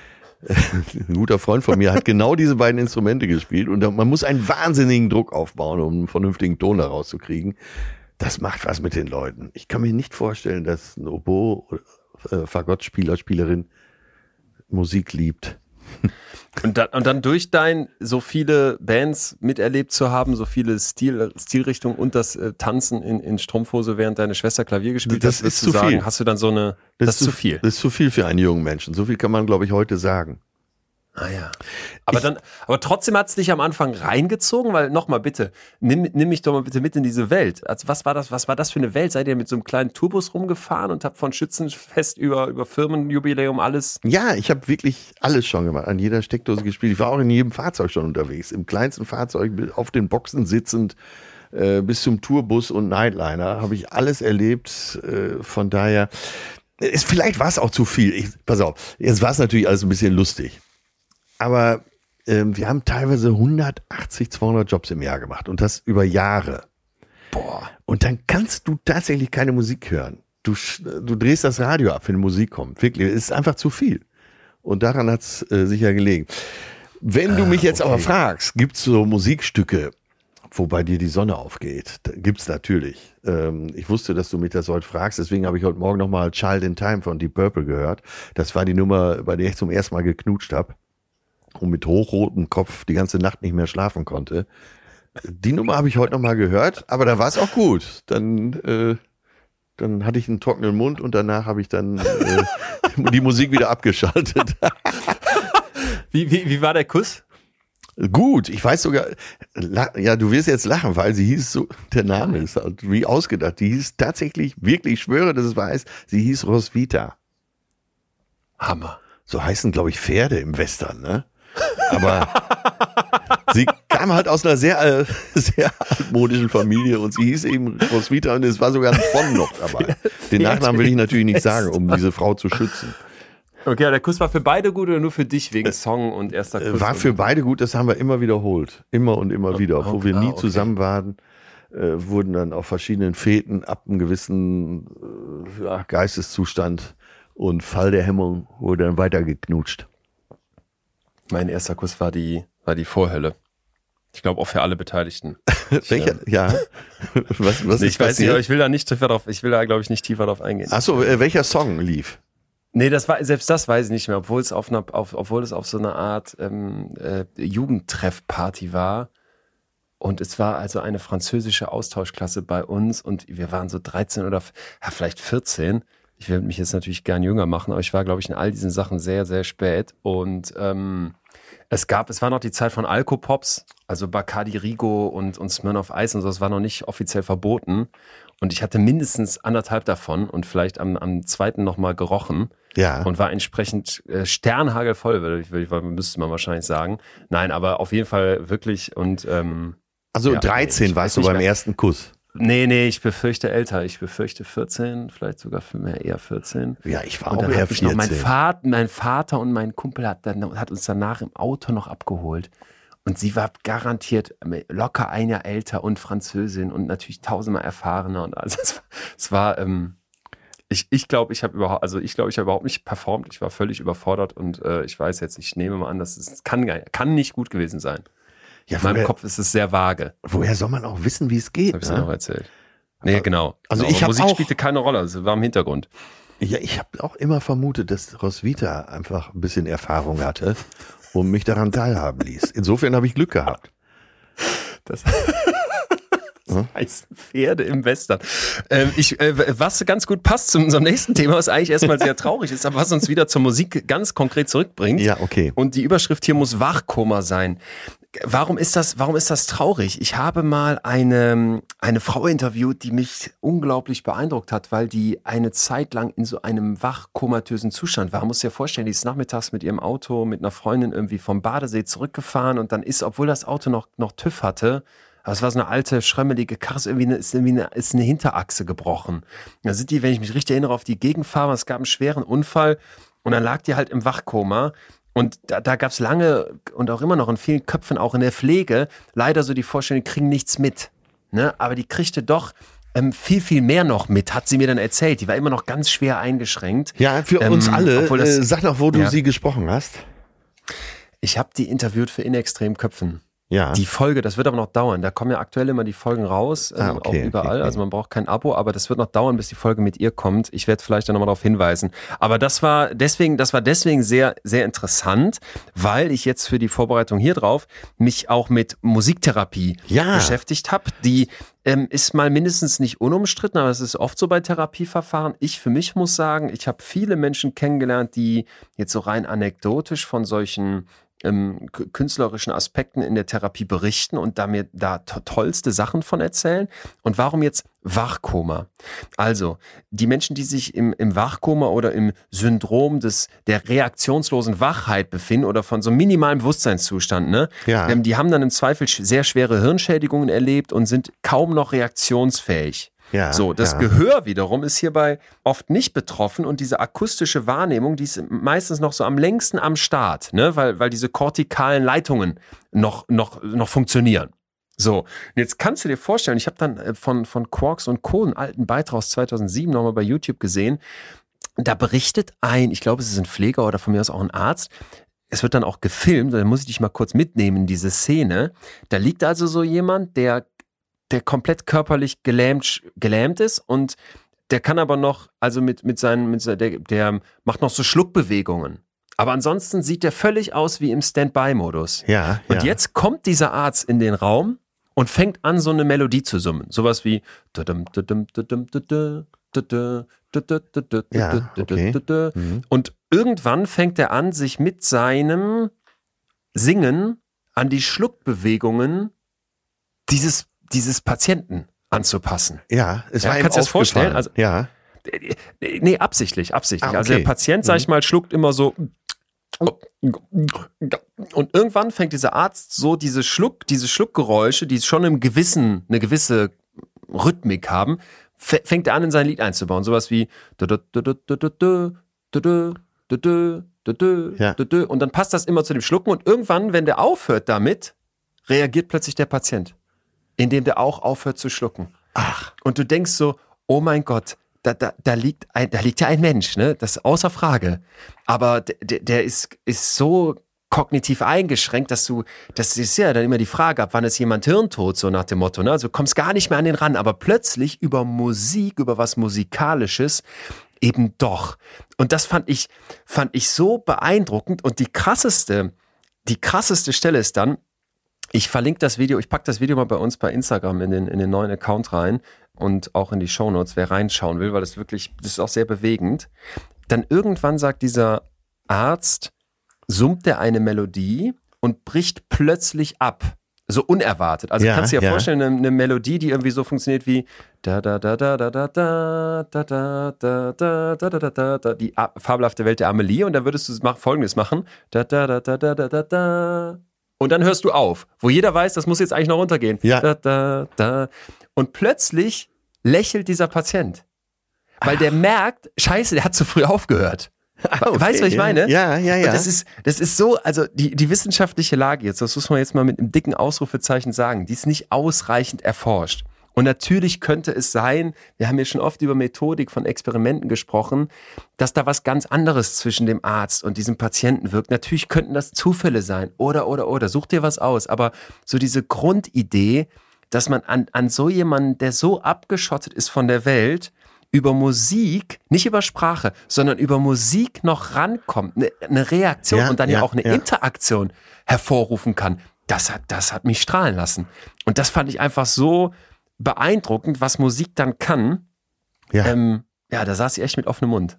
Ein guter Freund von mir hat genau diese beiden Instrumente gespielt und man muss einen wahnsinnigen Druck aufbauen, um einen vernünftigen Ton da rauszukriegen. Das macht was mit den Leuten. Ich kann mir nicht vorstellen, dass ein Oboe- oder äh, Fagottspieler, Spielerin Musik liebt. Und dann, und dann durch dein, so viele Bands miterlebt zu haben, so viele Stil, Stilrichtungen und das äh, Tanzen in, in Strumpfhose, während deine Schwester Klavier gespielt das hat, ist zu zu sagen, viel. hast du dann so eine, das, das ist zu viel. Das ist zu viel für einen jungen Menschen. So viel kann man, glaube ich, heute sagen. Ah ja. Aber Ich- dann, aber trotzdem hat es dich am Anfang reingezogen, weil nochmal bitte, nimm, nimm mich doch mal bitte mit in diese Welt. Also was war das, was war das für eine Welt? Seid ihr mit so einem kleinen Tourbus rumgefahren und habt von Schützenfest über, über Firmenjubiläum alles? Ja, ich habe wirklich alles schon gemacht, an jeder Steckdose gespielt. Ich war auch in jedem Fahrzeug schon unterwegs, im kleinsten Fahrzeug, auf den Boxen sitzend, äh, bis zum Tourbus und Nightliner, habe ich alles erlebt. Äh, von daher, ist, vielleicht war es auch zu viel. Ich, pass auf, jetzt war es natürlich alles ein bisschen lustig. Aber ähm, wir haben teilweise hundertachtzig, zweihundert Jobs im Jahr gemacht und das über Jahre. Boah. Und dann kannst du tatsächlich keine Musik hören. Du, sch- du drehst das Radio ab, wenn Musik kommt. Wirklich, es ist einfach zu viel. Und daran hat es äh, sicher gelegen. Wenn du Ah, mich jetzt okay. aber fragst, gibt es so Musikstücke, wo bei dir die Sonne aufgeht? Gibt es natürlich. Ähm, ich wusste, dass du mich das heute fragst, deswegen habe ich heute Morgen nochmal Child in Time von Deep Purple gehört. Das war die Nummer, bei der ich zum ersten Mal geknutscht habe und mit hochrotem Kopf die ganze Nacht nicht mehr schlafen konnte. Die Nummer habe ich heute nochmal gehört, aber da war es auch gut. Dann, äh, dann hatte ich einen trockenen Mund und danach habe ich dann äh, die Musik wieder abgeschaltet. Wie, wie, wie war der Kuss? Gut, ich weiß sogar, la- ja, du wirst jetzt lachen, weil sie hieß so, der Name ist halt wie ausgedacht. Die hieß tatsächlich, wirklich, ich schwöre, dass es weiß, sie hieß Roswitha. Hammer. So heißen, glaube ich, Pferde im Western, ne? Aber sie kam halt aus einer sehr, äh, sehr altmodischen Familie und sie hieß eben Roswitha und es war sogar ein von noch dabei. Den Nachnamen will ich natürlich nicht sagen, um diese Frau zu schützen. Okay, der Kuss war für beide gut oder nur für dich wegen Song und erster Kuss? Äh, War für beide gut, das haben wir immer wiederholt. Immer und immer wieder. Obwohl okay, wir nie ah, okay. zusammen waren, äh, wurden dann auf verschiedenen Feten ab einem gewissen äh, ja, Geisteszustand und Fall der Hemmung wurde dann weitergeknutscht. Mein erster Kuss war die, war die Vorhölle. Ich glaube auch für alle Beteiligten. Welcher? Ja. was, was Nee, ist ich weiß nicht, passiert? aber ich will da nicht tiefer drauf, ich will da glaube ich nicht tiefer drauf eingehen. Achso, äh, welcher Song lief? Nee, das war, selbst das weiß ich nicht mehr, obwohl es auf einer, auf, obwohl es auf so einer Art ähm, äh, Jugendtreffparty war. Und es war also eine französische Austauschklasse bei uns und wir waren so dreizehn oder ja, vielleicht vierzehn. Ich will mich jetzt natürlich gern jünger machen, aber ich war, glaube ich, in all diesen Sachen sehr, sehr spät. Und ähm, es gab, es war noch die Zeit von Alkopops, also Bacardi Rigo und, und Smirnoff Ice und so, das war noch nicht offiziell verboten. Und ich hatte mindestens anderthalb davon und vielleicht am, am zweiten nochmal gerochen. Ja. Und war entsprechend äh, sternhagelvoll, würde ich, würde ich, müsste man wahrscheinlich sagen. Nein, aber auf jeden Fall wirklich und ähm, Also ja, dreizehn ich warst weiß du nicht beim mehr. ersten Kuss. nee, nee, ich befürchte älter. Ich befürchte vierzehn, vielleicht sogar für mehr, eher vierzehn. Ja, ich war Und auch dann eher hab ich noch, mein, vierzehn. Vater, mein Vater und mein Kumpel hat, dann, hat uns danach im Auto noch abgeholt. Und sie war garantiert locker ein Jahr älter und Französin und natürlich tausendmal erfahrener. Und also es war, es war ähm, ich, ich glaube, ich habe überhaupt, also ich glaube, ich habe überhaupt nicht performt. Ich war völlig überfordert und äh, ich weiß jetzt, ich nehme mal an, dass es kann, kann nicht gut gewesen sein. Ja, In meinem woher, Kopf ist es sehr vage. woher soll man auch wissen, wie es geht? Das habe ich dir Ne? noch erzählt. Nee, genau. Also genau. ich Aber hab Musik auch- spielte keine Rolle, es war im Hintergrund. Ja, ich habe auch immer vermutet, dass Roswitha einfach ein bisschen Erfahrung hatte und mich daran teilhaben ließ. Insofern habe ich Glück gehabt. Das heißt Pferde im Western. Ähm, ich, äh, was ganz gut passt zu unserem nächsten Thema, was eigentlich erstmal sehr traurig ist, aber was uns wieder zur Musik ganz konkret zurückbringt. Ja, okay. Und die Überschrift hier muss Wachkoma sein. Warum ist das, warum ist das traurig? Ich habe mal eine, eine Frau interviewt, die mich unglaublich beeindruckt hat, weil die eine Zeit lang in so einem wachkomatösen Zustand war. Man muss sich ja vorstellen, die ist nachmittags mit ihrem Auto, mit einer Freundin irgendwie vom Badesee zurückgefahren und dann ist, obwohl das Auto noch, noch TÜV hatte, aber es war so eine alte, schrömmelige Karre, ist irgendwie eine, ist irgendwie eine, ist eine Hinterachse gebrochen. Da sind die, wenn ich mich richtig erinnere, auf die Gegenfahrer, es gab einen schweren Unfall Und dann lag die halt im Wachkoma. Und da, da gab es lange und auch immer noch in vielen Köpfen, auch in der Pflege, leider so die Vorstellung, die kriegen nichts mit. Ne? Aber die kriegte doch ähm, viel, viel mehr noch mit, hat sie mir dann erzählt. Die war immer noch ganz schwer eingeschränkt. Ja, für ähm, uns alle. das, äh, sag noch, wo du ja. sie gesprochen hast. Ich habe die interviewt für In Extrem Köpfen. Ja. Die Folge, das wird aber noch dauern. Da kommen ja aktuell immer die Folgen raus, ähm, Ah, okay, auch überall. okay, okay. Also man braucht kein Abo, aber das wird noch dauern, bis die Folge mit ihr kommt. Ich werde vielleicht dann nochmal darauf hinweisen. Aber das war deswegen, das war deswegen sehr, sehr interessant, weil ich jetzt für die Vorbereitung hier drauf mich auch mit Musiktherapie Ja. beschäftigt habe. Die ähm, ist mal mindestens nicht unumstritten, aber es ist oft so bei Therapieverfahren. Ich für mich muss sagen, ich habe viele Menschen kennengelernt, die jetzt so rein anekdotisch von solchen Ähm, k- künstlerischen Aspekten in der Therapie berichten und da mir da to- tollste Sachen von erzählen. Und warum jetzt Wachkoma? Also, die Menschen, die sich im, im Wachkoma oder im Syndrom des, der reaktionslosen Wachheit befinden oder von so einem minimalen Bewusstseinszustand, ne? Ja. Ähm, die haben dann im Zweifel sch- sehr schwere Hirnschädigungen erlebt und sind kaum noch reaktionsfähig. Ja, So, das ja. Gehör wiederum ist hierbei oft nicht betroffen und diese akustische Wahrnehmung, die ist meistens noch so am längsten am Start, ne? weil, weil diese kortikalen Leitungen noch, noch, noch funktionieren. So, und jetzt kannst du dir vorstellen, ich habe dann äh, von, von Quarks und Co. einen alten Beitrag aus zweitausendsieben nochmal bei YouTube gesehen, da berichtet ein, ich glaube, es ist ein Pfleger oder von mir aus auch ein Arzt, es wird dann auch gefilmt, da muss ich dich mal kurz mitnehmen in diese Szene, da liegt also so jemand, der der komplett körperlich gelähmt, gelähmt ist und der kann aber noch, also mit, mit seinen, mit, der, der macht noch so Schluckbewegungen. Aber ansonsten sieht der völlig aus wie im Standby-Modus. Ja, Und ja. jetzt kommt dieser Arzt in den Raum und fängt an, so eine Melodie zu summen. Sowas wie Ja, okay. Mhm. und irgendwann fängt er an, sich mit seinem Singen an die Schluckbewegungen dieses dieses Patienten anzupassen. Ja, es Ja, war ihm kannst du dir das vorstellen? aufgefallen. Also- ja. Nee, absichtlich, absichtlich. Ah, okay. Also der Patient, sag ich mal, schluckt immer so und irgendwann fängt dieser Arzt so diese Schluck, diese Schluckgeräusche, die schon im gewissen, eine gewisse Rhythmik haben, f- fängt er an, in sein Lied einzubauen. Sowas wie Ja. und dann passt das immer zu dem Schlucken und irgendwann, wenn der aufhört damit, reagiert plötzlich der Patient, indem der auch aufhört zu schlucken. Ach, Und du denkst so, oh mein Gott, da, da, da, liegt, ein, da liegt ja ein Mensch, ne? Das ist außer Frage. Aber der, der ist, ist so kognitiv eingeschränkt, dass du, das ist ja dann immer die Frage, ab wann ist jemand hirntot, so nach dem Motto, ne? Also du kommst gar nicht mehr an den ran, aber plötzlich über Musik, über was Musikalisches, eben doch. Und das fand ich, fand ich so beeindruckend und die krasseste, die krasseste Stelle ist dann, ich verlinke das Video, ich packe das Video mal bei uns bei Instagram in den, in den neuen Account rein und auch in die Shownotes, wer reinschauen will, weil das wirklich, das ist auch sehr bewegend. Dann irgendwann sagt dieser Arzt, summt er eine Melodie und bricht plötzlich ab. So unerwartet. Also Ja, kannst du dir ja. vorstellen, eine, eine Melodie, die irgendwie so funktioniert wie da da da da da da da da da da da da da da da die a- fabelhafte Welt der Amelie und dann würdest du mach, Folgendes machen. Da da da da da da da da und dann hörst du auf, wo jeder weiß, das muss jetzt eigentlich noch runtergehen. Ja. Da, da, da. Und plötzlich lächelt dieser Patient. Weil der merkt, scheiße, der hat zu früh aufgehört. okay, Weißt du, was ich ja. meine? Ja, ja, ja. Und das ist, das ist so, also die, die wissenschaftliche Lage jetzt, das muss man jetzt mal mit einem dicken Ausrufezeichen sagen, die ist nicht ausreichend erforscht. Und natürlich könnte es sein, wir haben ja schon oft über Methodik von Experimenten gesprochen, dass da was ganz anderes zwischen dem Arzt und diesem Patienten wirkt. Natürlich könnten das Zufälle sein oder, oder, oder. Such dir was aus. Aber so diese Grundidee, dass man an, an so jemanden, der so abgeschottet ist von der Welt, über Musik, nicht über Sprache, sondern über Musik noch rankommt, eine, eine Reaktion Ja, und dann ja, ja, auch eine ja. Interaktion hervorrufen kann. Das hat, das hat mich strahlen lassen. Und das fand ich einfach so beeindruckend, was Musik dann kann. ja. Ähm, ja, da saß ich echt mit offenem Mund.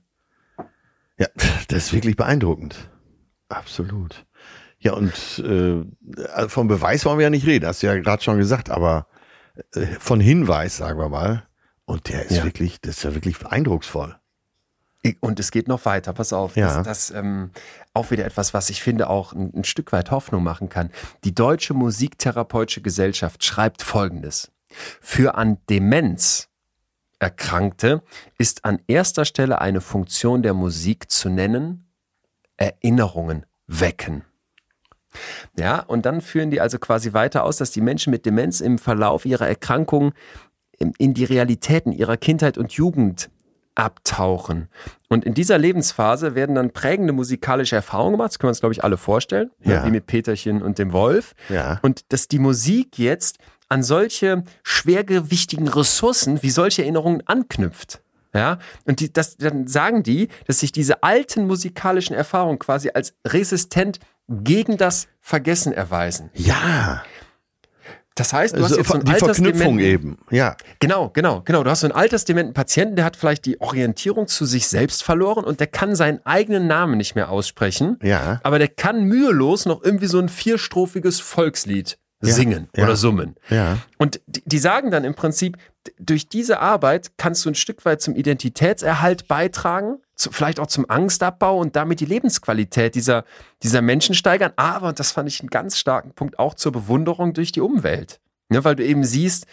Ja, das ist wirklich beeindruckend. Absolut. Ja, und äh, vom Beweis wollen wir ja nicht reden, hast du ja gerade schon gesagt, aber äh, von Hinweis, sagen wir mal. Und der ist Ja. wirklich, das ist ja wirklich eindrucksvoll. Und es geht noch weiter, pass auf. Ja. Das, das ähm, auch wieder etwas, was ich finde, auch ein, ein Stück weit Hoffnung machen kann. Die Deutsche Musiktherapeutische Gesellschaft schreibt Folgendes. Für an Demenz Erkrankte ist an erster Stelle eine Funktion der Musik zu nennen, Erinnerungen wecken. Ja, und dann führen die also quasi weiter aus, dass die Menschen mit Demenz im Verlauf ihrer Erkrankung in die Realitäten ihrer Kindheit und Jugend abtauchen. Und in dieser Lebensphase werden dann prägende musikalische Erfahrungen gemacht, das können wir uns, glaube ich, alle vorstellen, Ja. wie mit Peterchen und dem Wolf. Ja. Und dass die Musik jetzt an solche schwergewichtigen Ressourcen wie solche Erinnerungen anknüpft. Ja, und die, das, dann sagen die, dass sich diese alten musikalischen Erfahrungen quasi als resistent gegen das Vergessen erweisen. Ja. Das heißt, du hast Also jetzt so einen die Verknüpfung altersdementen- eben. Ja. Genau, genau, genau. Du hast so einen altersdementen Patienten, der hat vielleicht die Orientierung zu sich selbst verloren und der kann seinen eigenen Namen nicht mehr aussprechen. Ja. Aber der kann mühelos noch irgendwie so ein vierstrophiges Volkslied singen ja. oder summen. Ja. Und die, die sagen dann im Prinzip, d- durch diese Arbeit kannst du ein Stück weit zum Identitätserhalt beitragen, zu, vielleicht auch zum Angstabbau und damit die Lebensqualität dieser, dieser Menschen steigern. Aber, und das fand ich einen ganz starken Punkt, auch zur Bewunderung durch die Umwelt. Ne, weil du eben siehst,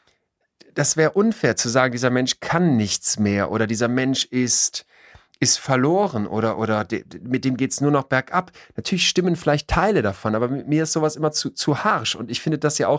das wäre unfair zu sagen, dieser Mensch kann nichts mehr oder dieser Mensch ist, ist verloren oder, oder de, mit dem geht's nur noch bergab. Natürlich stimmen vielleicht Teile davon, aber mit mir ist sowas immer zu, zu harsch. Und ich finde das ja auch,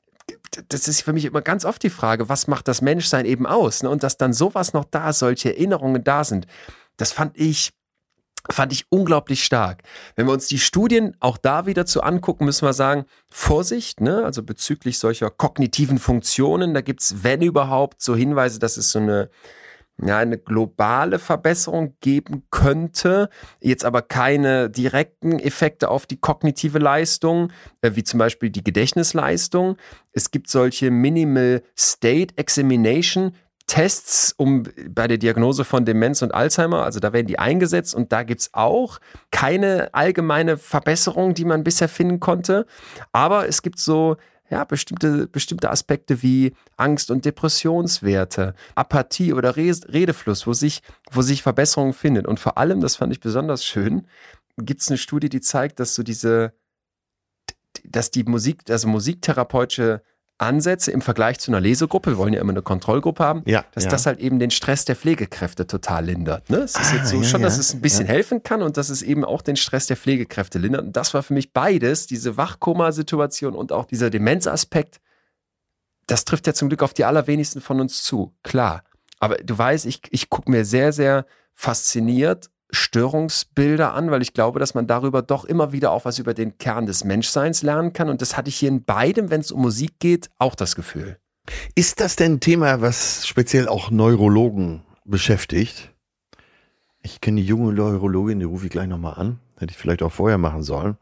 das ist für mich immer ganz oft die Frage, was macht das Menschsein eben aus? Ne? Und dass dann sowas noch da, solche Erinnerungen da sind, das fand ich, fand ich unglaublich stark. Wenn wir uns die Studien auch da wieder zu angucken, müssen wir sagen, Vorsicht, ne? Also bezüglich solcher kognitiven Funktionen, da gibt's, wenn überhaupt, so Hinweise, dass es so eine ja, eine globale Verbesserung geben könnte, jetzt aber keine direkten Effekte auf die kognitive Leistung, äh, wie zum Beispiel die Gedächtnisleistung. Es gibt solche Minimal State Examination Tests um bei der Diagnose von Demenz und Alzheimer, also da werden die eingesetzt und da gibt's auch keine allgemeine Verbesserung, die man bisher finden konnte, aber es gibt so ja, bestimmte, bestimmte Aspekte wie Angst- und Depressionswerte, Apathie oder Re- Redefluss, wo sich, wo sich Verbesserungen findet. Und vor allem, das fand ich besonders schön, gibt es eine Studie, die zeigt, dass so diese, dass die Musik, also musiktherapeutische Ansätze im Vergleich zu einer Lesegruppe, wir wollen ja immer eine Kontrollgruppe haben, Ja, dass ja. das halt eben den Stress der Pflegekräfte total lindert. Ne? Es ist Ah, jetzt so ja, schon, ja, dass es ein bisschen ja. helfen kann und dass es eben auch den Stress der Pflegekräfte lindert. Und das war für mich beides, diese Wachkoma-Situation und auch dieser Demenzaspekt, das trifft ja zum Glück auf die allerwenigsten von uns zu, klar. Aber du weißt, ich, ich gucke mir sehr, sehr fasziniert Störungsbilder an, weil ich glaube, dass man darüber doch immer wieder auch was über den Kern des Menschseins lernen kann. Und das hatte ich hier in beidem, wenn es um Musik geht, auch das Gefühl. Ist das denn ein Thema, was speziell auch Neurologen beschäftigt? Ich kenne die junge Neurologin, die rufe ich gleich nochmal an. Hätte ich vielleicht auch vorher machen sollen.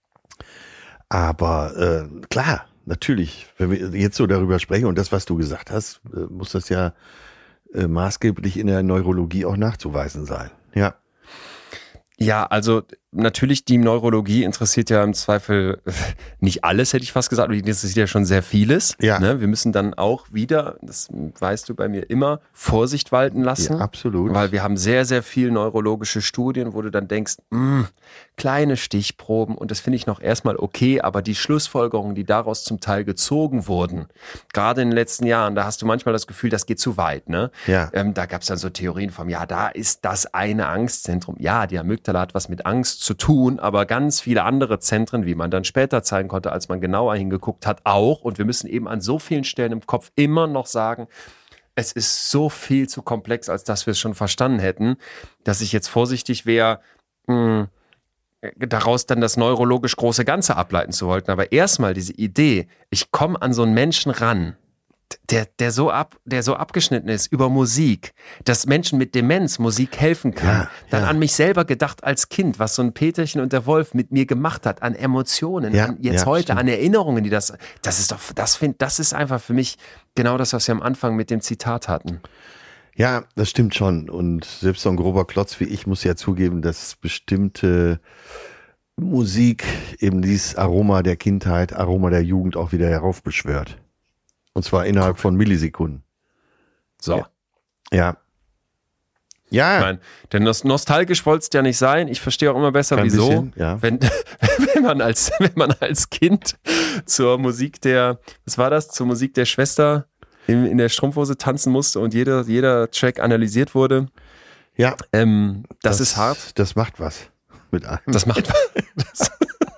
Aber äh, klar, natürlich, wenn wir jetzt so darüber sprechen und das, was du gesagt hast, äh, muss das ja äh, maßgeblich in der Neurologie auch nachzuweisen sein. Ja. Ja, also natürlich, die Neurologie interessiert ja im Zweifel nicht alles, hätte ich fast gesagt, aber die interessiert ja schon sehr vieles. Ja. Ne? Wir müssen dann auch wieder, das weißt du bei mir immer, Vorsicht walten lassen. Ja, absolut. Weil wir haben sehr, sehr viel neurologische Studien, wo du dann denkst, mh, kleine Stichproben und das finde ich noch erstmal okay, aber die Schlussfolgerungen, die daraus zum Teil gezogen wurden, gerade in den letzten Jahren, da hast du manchmal das Gefühl, das geht zu weit. Ne? Ja. Ähm, da gab es dann so Theorien vom, ja, da ist das eine Angstzentrum. Ja, die Amygdala hat was mit Angst zu tun, aber ganz viele andere Zentren, wie man dann später zeigen konnte, als man genauer hingeguckt hat, auch. Und wir müssen eben an so vielen Stellen im Kopf immer noch sagen, es ist so viel zu komplex, als dass wir es schon verstanden hätten, dass ich jetzt vorsichtig wäre, mh, daraus dann das neurologisch große Ganze ableiten zu wollten. Aber erstmal diese Idee, ich komme an so einen Menschen ran, der, der, so ab, der so abgeschnitten ist über Musik, dass Menschen mit Demenz Musik helfen kann. Ja, dann ja. an mich selber gedacht als Kind, was so ein Peterchen und der Wolf mit mir gemacht hat, an Emotionen, Ja, an jetzt ja, heute, stimmt. an Erinnerungen, die das, das ist doch, das find, das ist einfach für mich genau das, was wir am Anfang mit dem Zitat hatten. Ja, das stimmt schon. Und selbst so ein grober Klotz wie ich muss ja zugeben, dass bestimmte Musik eben dieses Aroma der Kindheit, Aroma der Jugend auch wieder heraufbeschwört. Und zwar innerhalb von Millisekunden. So. Ja. Ja. Ja. Ich meine, denn nos- nostalgisch wollte es ja nicht sein. Ich verstehe auch immer besser, Kein wieso. bisschen, ja. Wenn, wenn, man als, wenn man als Kind zur Musik der, was war das, zur Musik der Schwester in, in der Strumpfhose tanzen musste und jeder, jeder Track analysiert wurde. Ja. Ähm, das, ist hart. Das macht was. mit einem. Das macht das,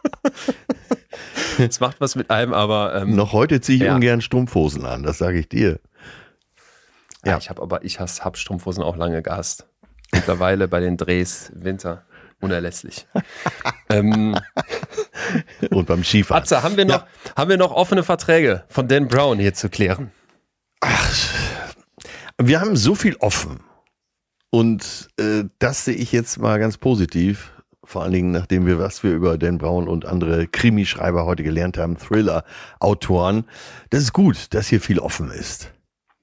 das macht was mit einem, aber ähm, noch heute ziehe ich ja. ungern Strumpfhosen an, das sage ich dir. Ja, Ja. ich habe aber ich habe Strumpfhosen auch lange gehasst. Mittlerweile bei den Drehs Winter unerlässlich. ähm, Und beim Skifahren. Atze, haben wir noch Ja. haben wir noch offene Verträge von Dan Brown hier zu klären? Wir haben so viel offen. Und äh, das sehe ich jetzt mal ganz positiv. Vor allen Dingen, nachdem wir, was wir über Dan Brown und andere Krimischreiber heute gelernt haben, Thriller-Autoren. Das ist gut, dass hier viel offen ist.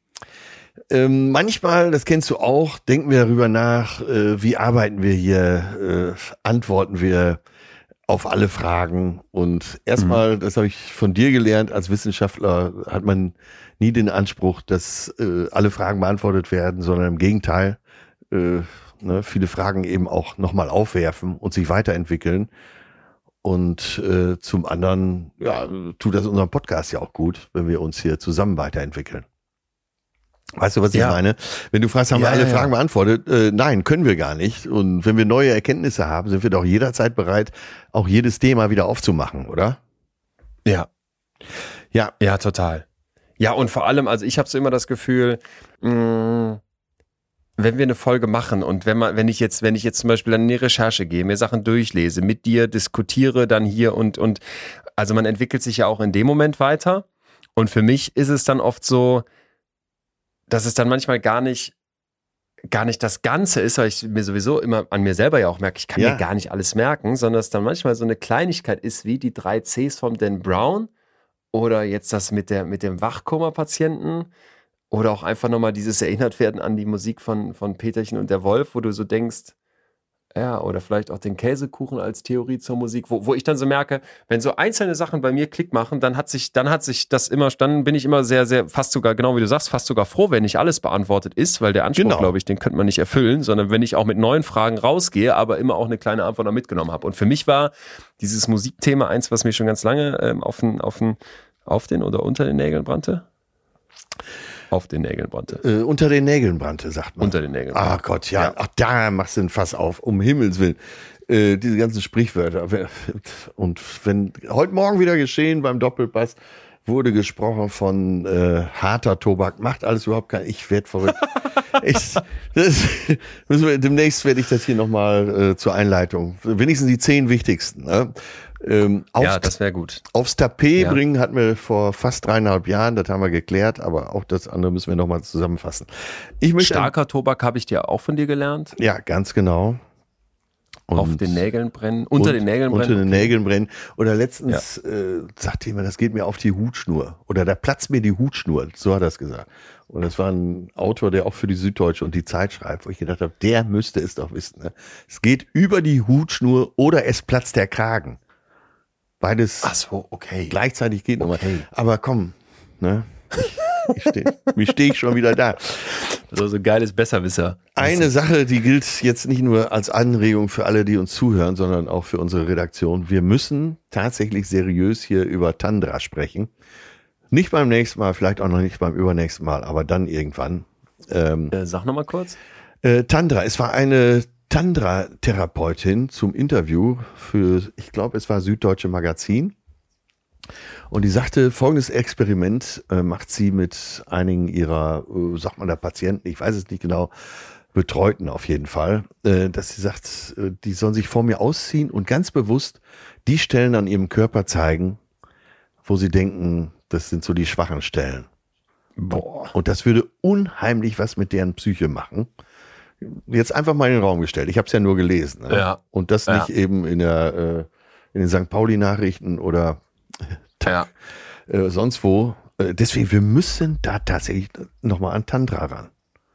Ähm, manchmal, das kennst du auch, denken wir darüber nach, äh, wie arbeiten wir hier, äh, antworten wir auf alle Fragen. Und erstmal, mhm. das habe ich von dir gelernt, als Wissenschaftler hat man nie den Anspruch, dass äh, alle Fragen beantwortet werden, sondern im Gegenteil, äh, ne, viele Fragen eben auch nochmal aufwerfen und sich weiterentwickeln. Und äh, zum anderen, ja, tut das unserem Podcast ja auch gut, wenn wir uns hier zusammen weiterentwickeln. Weißt du, was ich Ja. meine? Wenn du fragst, haben Ja, wir alle ja, ja. Fragen beantwortet? Äh, nein, können wir gar nicht. Und wenn wir neue Erkenntnisse haben, sind wir doch jederzeit bereit, auch jedes Thema wieder aufzumachen, oder? Ja. Ja. Ja, total. Ja, und vor allem, also ich habe so immer das Gefühl, mh, wenn wir eine Folge machen und wenn man, wenn ich jetzt, wenn ich jetzt zum Beispiel dann in die Recherche gehe, mir Sachen durchlese, mit dir diskutiere dann hier und, und, also man entwickelt sich ja auch in dem Moment weiter. Und für mich ist es dann oft so, dass es dann manchmal gar nicht, gar nicht das Ganze ist, weil ich mir sowieso immer an mir selber ja auch merke, ich kann Ja. mir gar nicht alles merken, sondern es dann manchmal so eine Kleinigkeit ist, wie die drei Cs vom Dan Brown oder jetzt das mit der, mit dem Wachkoma-Patienten oder auch einfach nochmal dieses erinnert werden an die Musik von, von Peterchen und der Wolf, wo du so denkst, ja, oder vielleicht auch den Käsekuchen als Theorie zur Musik, wo, wo ich dann so merke, wenn so einzelne Sachen bei mir Klick machen, dann hat sich, dann hat sich das immer, dann bin ich immer sehr, sehr, fast sogar, genau wie du sagst, fast sogar froh, wenn nicht alles beantwortet ist, weil der Anspruch, Genau. glaube ich, den könnte man nicht erfüllen, sondern wenn ich auch mit neuen Fragen rausgehe, aber immer auch eine kleine Antwort noch mitgenommen habe. Und für mich war dieses Musikthema eins, was mir schon ganz lange ähm, auf den, auf den, auf den oder unter den Nägeln brannte. Auf den Nägeln brannte. Äh, unter den Nägeln brannte, sagt man. Unter den Nägeln. Ah Gott, ja. Ja. Ach, da machst du ein Fass auf, um Himmels Willen. Äh, diese ganzen Sprichwörter. Und wenn heute Morgen wieder geschehen beim Doppelpass, wurde gesprochen von äh, harter Tobak, macht alles überhaupt kein, ich werd verrückt. ich, das, müssen wir, demnächst werde ich das hier nochmal äh, zur Einleitung. Wenigstens die zehn wichtigsten. Ne? Ähm, aufs, Ja, das wäre gut. aufs Tapet Ja. bringen hatten wir vor fast dreieinhalb Jahren, das haben wir geklärt, aber auch das andere müssen wir nochmal zusammenfassen. Ich möchte Starker Tobak habe ich dir auch von dir gelernt. Ja, ganz genau. Und Auf den Nägeln brennen, unter und den Nägeln brennen. Unter den Nägeln brennen. Oder letztens äh, sagte jemand, das geht mir auf die Hutschnur. Oder da platzt mir die Hutschnur. So hat er es gesagt. Und das war ein Autor, der auch für die Süddeutsche und die Zeit schreibt, wo ich gedacht habe, der müsste es doch wissen. Ne? Es geht über die Hutschnur oder es platzt der Kragen. Beides Ach so, okay. gleichzeitig geht nochmal. Okay. Aber komm, ne? Ich, ich steh, wie stehe ich schon wieder da? So, so geiles Besserwisser. Eine Sache, die gilt jetzt nicht nur als Anregung für alle, die uns zuhören, sondern auch für unsere Redaktion. Wir müssen tatsächlich seriös hier über Tandra sprechen. Nicht beim nächsten Mal, vielleicht auch noch nicht beim übernächsten Mal, aber dann irgendwann. Ähm, Äh, sag nochmal kurz. äh, Tandra, es war eine Tandra-Therapeutin zum Interview für, ich glaube, es war Süddeutsche Magazin. Und die sagte, folgendes Experiment äh, macht sie mit einigen ihrer, äh, sagt man da Patienten, ich weiß es nicht genau, Betreuten auf jeden Fall, äh, dass sie sagt, äh, die sollen sich vor mir ausziehen und ganz bewusst die Stellen an ihrem Körper zeigen, wo sie denken, das sind so die schwachen Stellen. Boah. Und das würde unheimlich was mit deren Psyche machen. Jetzt einfach mal in den Raum gestellt. Ich habe es ja nur gelesen. Ne? Ja. Und das Ja. nicht eben in der äh, in den Sankt Pauli-Nachrichten oder Ja. äh, sonst wo. Äh, deswegen, wir müssen da tatsächlich nochmal an Tantra ran.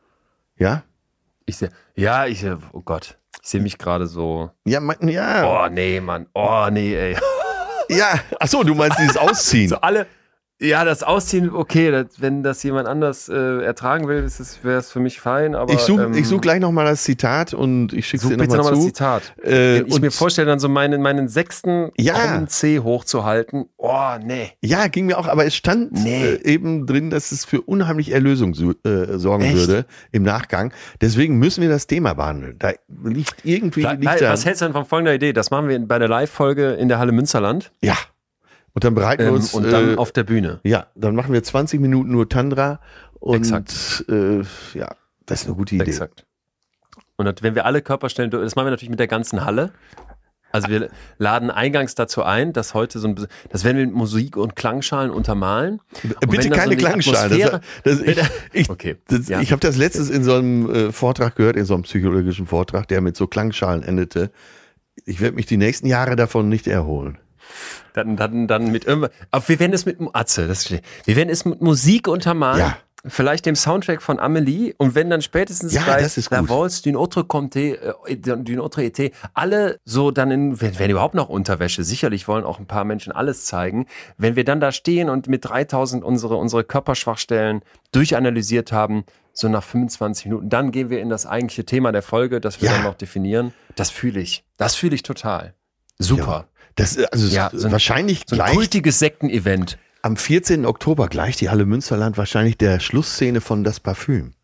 Ja? Ich seh, ja, ich seh, oh Gott. Ich sehe mich gerade so. Ja, mein, ja. Oh, nee, Mann. Oh, nee, ey. Ja. Ach so, du meinst dieses Ausziehen. So alle. Ja, das Ausziehen, okay, das, wenn das jemand anders äh, ertragen will, wäre es für mich fein. Aber ich suche ähm, ich such gleich nochmal das Zitat und ich schicke es dir bitte nochmal nochmal zu. das Zitat. Äh, wenn ich mir vorstelle, dann so meinen, meinen sechsten Ja. krummen C hochzuhalten, oh, nee. Ja, ging mir auch, aber es stand Nee. äh, eben drin, dass es für unheimlich Erlösung so, äh, sorgen Echt? würde im Nachgang. Deswegen müssen wir das Thema behandeln. Da liegt irgendwie liegt Weil, da, was hältst du denn von folgender Idee? Das machen wir bei der Live-Folge in der Halle Münsterland Ja. Und dann bereiten wir ähm, uns und dann äh, auf der Bühne. ja, dann machen wir zwanzig Minuten nur Tandra und Exakt. Äh, ja, das ist eine gute Idee. Exakt. Und das, wenn wir alle Körperstellen, durch- das machen wir natürlich mit der ganzen Halle. Also wir laden eingangs dazu ein, dass heute so ein, bisschen- das werden wir mit Musik und Klangschalen untermalen. Und Bitte wenn dann keine so die Klangschalen. Atmosphäre- Das, das, ich ich, Okay, das, ja. ich habe das letztens in so einem äh, Vortrag gehört, in so einem psychologischen Vortrag, der mit so Klangschalen endete. Ich werde mich die nächsten Jahre davon nicht erholen. Dann, dann, dann mit irgendwas. Aber wir werden es mit Atze, das ist schlecht. Wir werden es mit Musik untermalen. Ja. Vielleicht dem Soundtrack von Amelie und wenn dann spätestens Ja, bei das ist La gut. Valse d'une autre Comté, äh, d'une autre été, alle so dann in, wenn, wenn überhaupt noch Unterwäsche, sicherlich wollen auch ein paar Menschen alles zeigen, wenn wir dann da stehen und mit dreitausend unsere, unsere Körperschwachstellen durchanalysiert haben, so nach fünfundzwanzig Minuten, dann gehen wir in das eigentliche Thema der Folge, das wir Ja. dann noch definieren. Das fühle ich. Das fühle ich total. Super. Das, äh, also Ja, so ein- wahrscheinlich So ein gleich kultiges Sektenevent. am vierzehnten Oktober gleich die Halle Münsterland wahrscheinlich der Schlussszene von Das Parfüm.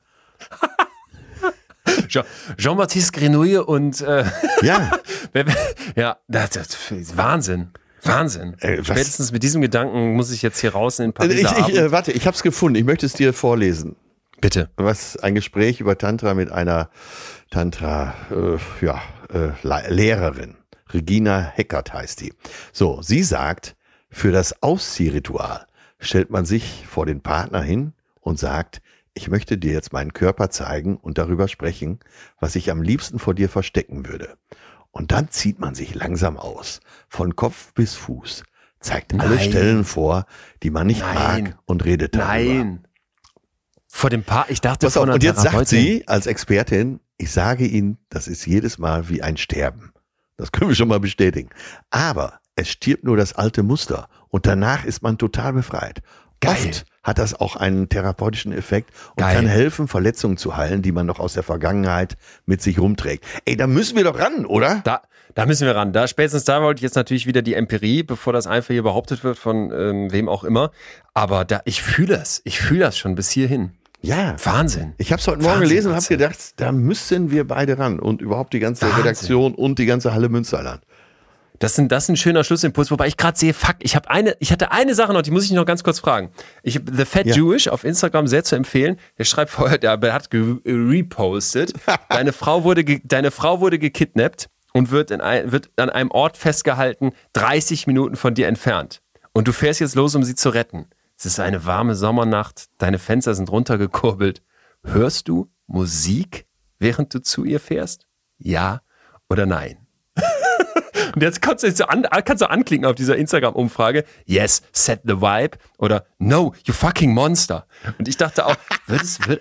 Jean- Jean-Baptiste Grenouille und äh, Ja, wer- wer- ja, das, das ist Wahnsinn. Wahnsinn. Äh, was- Spätestens mit diesem Gedanken muss ich jetzt hier raus in den ich, Pariser ich, Abend. äh, warte, ich habe es gefunden. Ich möchte es dir vorlesen. Bitte. Was ein Gespräch über Tantra mit einer Tantra äh, ja, äh, Le- Lehrerin. Regina Heckert heißt die. So, sie sagt, für das Ausziehritual stellt man sich vor den Partner hin und sagt, ich möchte dir jetzt meinen Körper zeigen und darüber sprechen, was ich am liebsten vor dir verstecken würde. Und dann zieht man sich langsam aus, von Kopf bis Fuß, zeigt alle Nein. Stellen vor, die man nicht Nein. mag und redet darüber. Nein. Vor dem Paar, ich dachte Pass vor auf, einer und jetzt sagt Therapeutin. sie als Expertin, ich sage Ihnen, das ist jedes Mal wie ein Sterben. Das können wir schon mal bestätigen. Aber es stirbt nur das alte Muster und danach ist man total befreit. Geil. Oft hat das auch einen therapeutischen Effekt und Geil. kann helfen, Verletzungen zu heilen, die man noch aus der Vergangenheit mit sich rumträgt. Ey, da müssen wir doch ran, oder? Da, da müssen wir ran. Da spätestens da wollte ich jetzt natürlich wieder die Empirie, bevor das einfach hier behauptet wird von ähm, wem auch immer. Aber da, ich fühle das. Ich fühle das schon bis hierhin. Ja. Wahnsinn. Ich habe es heute Morgen Wahnsinn, gelesen und habe Atze. gedacht, da müssen wir beide ran und überhaupt die ganze Wahnsinn. Redaktion und die ganze Halle Münsterland. Das, sind, das ist ein schöner Schlussimpuls, wobei ich gerade sehe, fuck, ich habe eine, ich hatte eine Sache noch, die muss ich noch ganz kurz fragen. Ich habe The Fat Ja. Jewish auf Instagram sehr zu empfehlen. Der schreibt vorher, der hat ge- repostet. Deine Frau wurde, ge- deine Frau wurde gekidnappt und wird, in ein, wird an einem Ort festgehalten, dreißig Minuten von dir entfernt. Und du fährst jetzt los, um sie zu retten. Es ist eine warme Sommernacht, deine Fenster sind runtergekurbelt. Hörst du Musik, während du zu ihr fährst? Ja oder nein? Und jetzt kannst du, jetzt so an, kannst du anklicken auf dieser Instagram-Umfrage. Yes, set the vibe. Oder no, you fucking monster. Und ich dachte auch, wird es, wird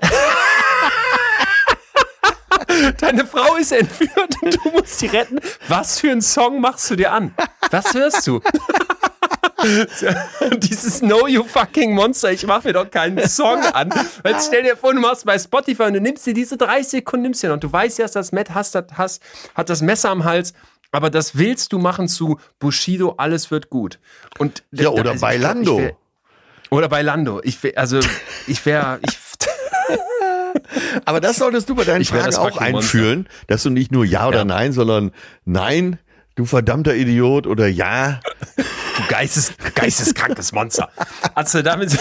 Deine Frau ist entführt und du musst sie retten. Was für einen Song machst du dir an? Was hörst du? Dieses No You Fucking Monster, ich mach mir doch keinen Song an. Weil stell dir vor, du machst bei Spotify und du nimmst dir diese dreißig Sekunden, nimmst dir noch. Und du weißt ja, dass das Matt hast, hast, hat das Messer am Hals, aber das willst du machen zu Bushido, alles wird gut. Und Ja, oder also bei ich glaub, ich Lando. wär- Oder bei Lando. Ich wär, also ich wäre, ich, Aber das solltest du bei deinen Ich wär Fragen das auch fucking einführen, dass du nicht nur Ja oder Ja. Nein, sondern Nein, du verdammter Idiot oder Ja. du geistes, geisteskrankes Monster. Also damit,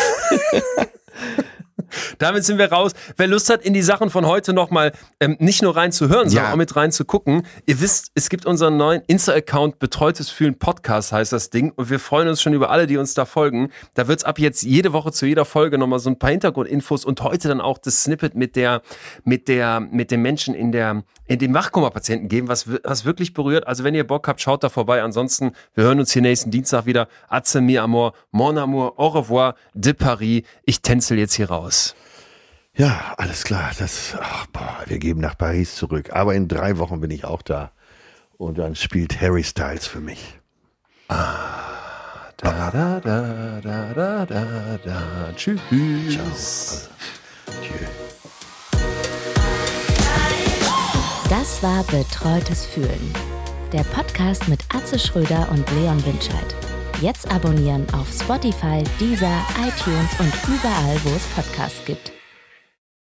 damit sind wir raus. Wer Lust hat, in die Sachen von heute nochmal ähm, nicht nur reinzuhören, sondern Ja. auch mit reinzugucken. Ihr wisst, es gibt unseren neuen Insta-Account Betreutes Fühlen Podcast, heißt das Ding. Und wir freuen uns schon über alle, die uns da folgen. Da wird es ab jetzt jede Woche zu jeder Folge nochmal so ein paar Hintergrundinfos und heute dann auch das Snippet mit der, mit der, mit dem Menschen in der, in dem Wachkoma-Patienten geben, was, wi- was wirklich berührt. Also wenn ihr Bock habt, schaut da vorbei. Ansonsten, wir hören uns hier nächsten Dienstag wieder. Atze, mi amour, mon amour, au revoir, de Paris. Ich tänzel jetzt hier raus. Ja, alles klar. Das, ach, boah, wir geben nach Paris zurück. Aber in drei Wochen bin ich auch da. Und dann spielt Harry Styles für mich. Da, da, da, da, da, da, da. Tschüss. Ciao. Das war Betreutes Fühlen. Der Podcast mit Atze Schröder und Leon Winscheid. Jetzt abonnieren auf Spotify, Deezer, iTunes und überall, wo es Podcasts gibt.